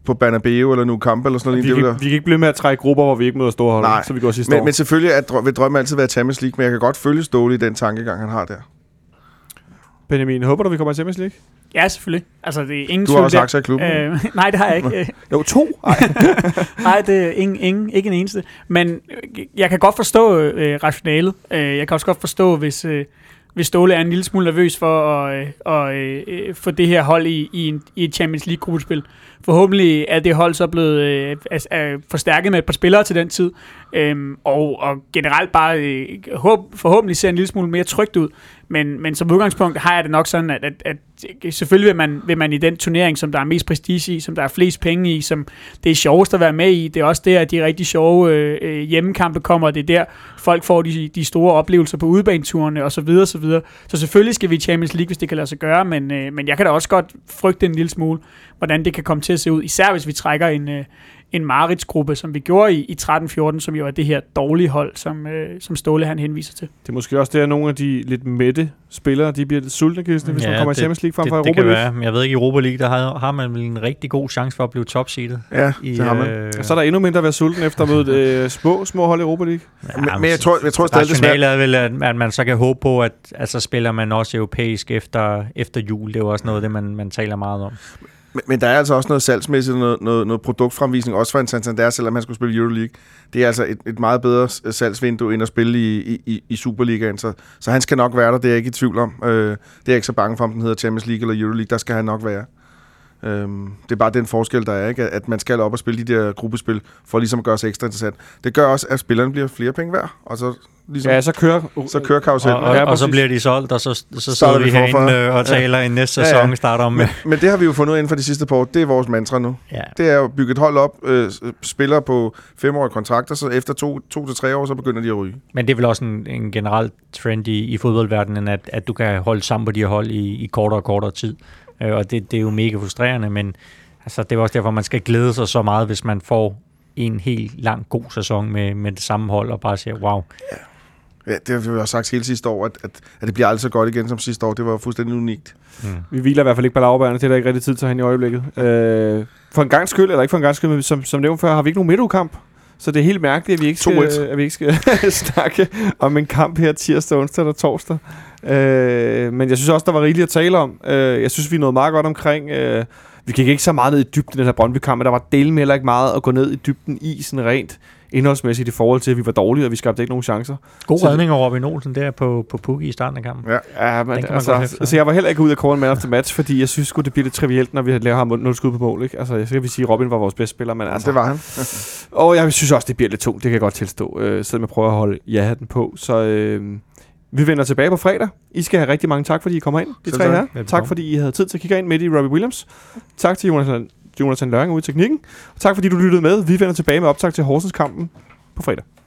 på Bernabeu eller Nou Camp eller sådan noget.
Vi,
det
kan,
vil...
vi kan ikke blive med at trække grupper, hvor vi ikke møder store hold,
Nej.
så vi går sidste
men,
år.
men selvfølgelig er, drø- vil drømme altid være Champions League, men jeg kan godt følge Ståle i den tankegang, han har der.
Benjamin, håber du, vi kommer i Champions League?
Ja, selvfølgelig. Altså, det er ingen
Du har også
der.
aktier i klubben.
Øh, nej, det har jeg ikke.
Jo, to.
Nej, det er ingen, ingen, ikke en eneste. Men øh, jeg kan godt forstå øh, rationalet. Øh, jeg kan også godt forstå, hvis, øh, hvis Ståle er en lille smule nervøs for at øh, øh, øh, få det her hold i, i, en, i et Champions League-gruppespil. Forhåbentlig er det hold så blevet øh, øh, forstærket med et par spillere til den tid. Øhm, og, og generelt bare øh, håb, forhåbentlig ser en lille smule mere trygt ud. Men, men som udgangspunkt har jeg det nok sådan, at, at, at selvfølgelig vil man, vil man i den turnering, som der er mest prestige i, som der er flest penge i, som det er sjovest at være med i. Det er også der, at de rigtig sjove øh, hjemmekampe kommer, og det er der, folk får de, de store oplevelser på udebaneturene og så videre, så videre. Så selvfølgelig skal vi i Champions League, hvis det kan lade sig gøre, men, øh, men jeg kan da også godt frygte en lille smule, hvordan det kan komme til at se ud, især hvis vi trækker en... Øh, en Marits-gruppe, som vi gjorde i, i tretten fjorten, som jo er det her dårlige hold, som, øh, som Ståle han henviser til.
Det er måske også det, at nogle af de lidt mætte spillere, de bliver lidt sultne, Kirsten, hvis
Ja,
man kommer
det-
i Champions League frem
Det,
for
det
Europa
kan
League.
være. Men jeg ved ikke, i Europa League, der har, har man vel en rigtig god chance for at blive topseedet.
Ja,
I,
det har man.
øh,
Og så er der endnu mindre at være sulten efter at møde øh, små, små hold i Europa League.
Men, men jeg tror, jeg tror stadig, det er svært.
rationalet er vel, at, at man så kan håbe på, at altså, spiller man også europæisk efter, efter jul. Det er jo også noget af det, man, man taler meget om.
Men, men der er altså også noget salgsmæssigt, noget, noget, noget produktfremvisning, også for en Santander, selvom han skulle spille Euroleague. Det er altså et, et meget bedre salgsvindue, end at spille i, i, i Superligaen. Så, så han skal nok være der, det er jeg ikke i tvivl om. Øh, det er jeg ikke så bange for, om den hedder Champions League eller Euroleague. Der skal han nok være. Øhm, det er bare den forskel, der er, ikke? At man skal op og spille de der gruppespil, for ligesom at gøre sig ekstra interessant. Det gør også, at spillerne bliver flere penge værd, og så, ligesom,
Ja, så kører...
så kører karusellen.
Og, og,
Ja,
og så
præcis.
bliver de solgt, og så, så sidder
Starter
vi
vi forfra.
herinde øh, og taler ja. i næste
Ja, ja.
sæson, starter om med.
Men, men det har vi jo fundet ud af inden for de sidste par år. Det er vores mantra nu.
Ja.
Det er jo at bygge et hold op, øh, spiller på femårige kontrakter, så efter to, to til tre år, så begynder de at ryge.
Men det er vel også en, en generel trend i, i fodboldverdenen, at, at du kan holde sammen på de her hold i, i kortere og kortere tid. Øh, og det, det er jo mega frustrerende, men altså, det er også derfor, man skal glæde sig så meget, hvis man får en helt lang god sæson med, med det samme hold, og bare siger, wow.
Ja, det har vi også sagt hele sidste år, at, at, at det bliver aldrig så godt igen som sidste år. Det var fuldstændig unikt.
Mm.
Vi hviler i hvert fald ikke på laurbærrene, det er der ikke rigtig tid til hen i øjeblikket. Øh, for en gang skyld, eller ikke for en gang skyld, men som, som nævnt før, har vi ikke nogen midtugekamp. Så det er helt mærkeligt, at vi ikke skal,
to et.
at vi ikke skal snakke om en kamp her tirsdag, onsdag eller torsdag. Øh, men jeg synes også, der var rigeligt at tale om. Øh, jeg synes, vi nåede meget godt omkring... Øh, vi gik ikke så meget ned i dybden i den her Brøndby-kamp, men der var delen med heller ikke meget at gå ned i dybden i, sådan rent indholdsmæssigt i forhold til, at vi var dårlige, og vi skabte ikke nogen chancer.
God
Så-
redning af Robin Olsen der på, på Pukki i starten af kampen.
Ja.
Ja, men
Den kan man
altså,
godt hæfte sig.
altså, jeg var heller ikke ude af kåren man after match, fordi jeg synes sgu, det bliver lidt trivielt, når vi har lavet ham nul skud på mål. Ikke? Altså, jeg skal vi sige, at Robin var vores bedste spiller, men altså...
Det var han.
Og jeg synes også, det bliver lidt tungt, det kan jeg godt tilstå, øh, selvom jeg prøver at holde ja-hatten på. Så øh, vi vender tilbage på fredag. I skal have rigtig mange tak, fordi I kommer ind, de
Selv
tre
tak.
her.
Velbekomme.
Tak, fordi I havde tid til at kigge ind midt i Robbie Williams. Tak til Jonathan, Jonathan Løring ude i teknikken. Og tak, fordi du lyttede med. Vi vender tilbage med optag til Horsens-kampen på fredag.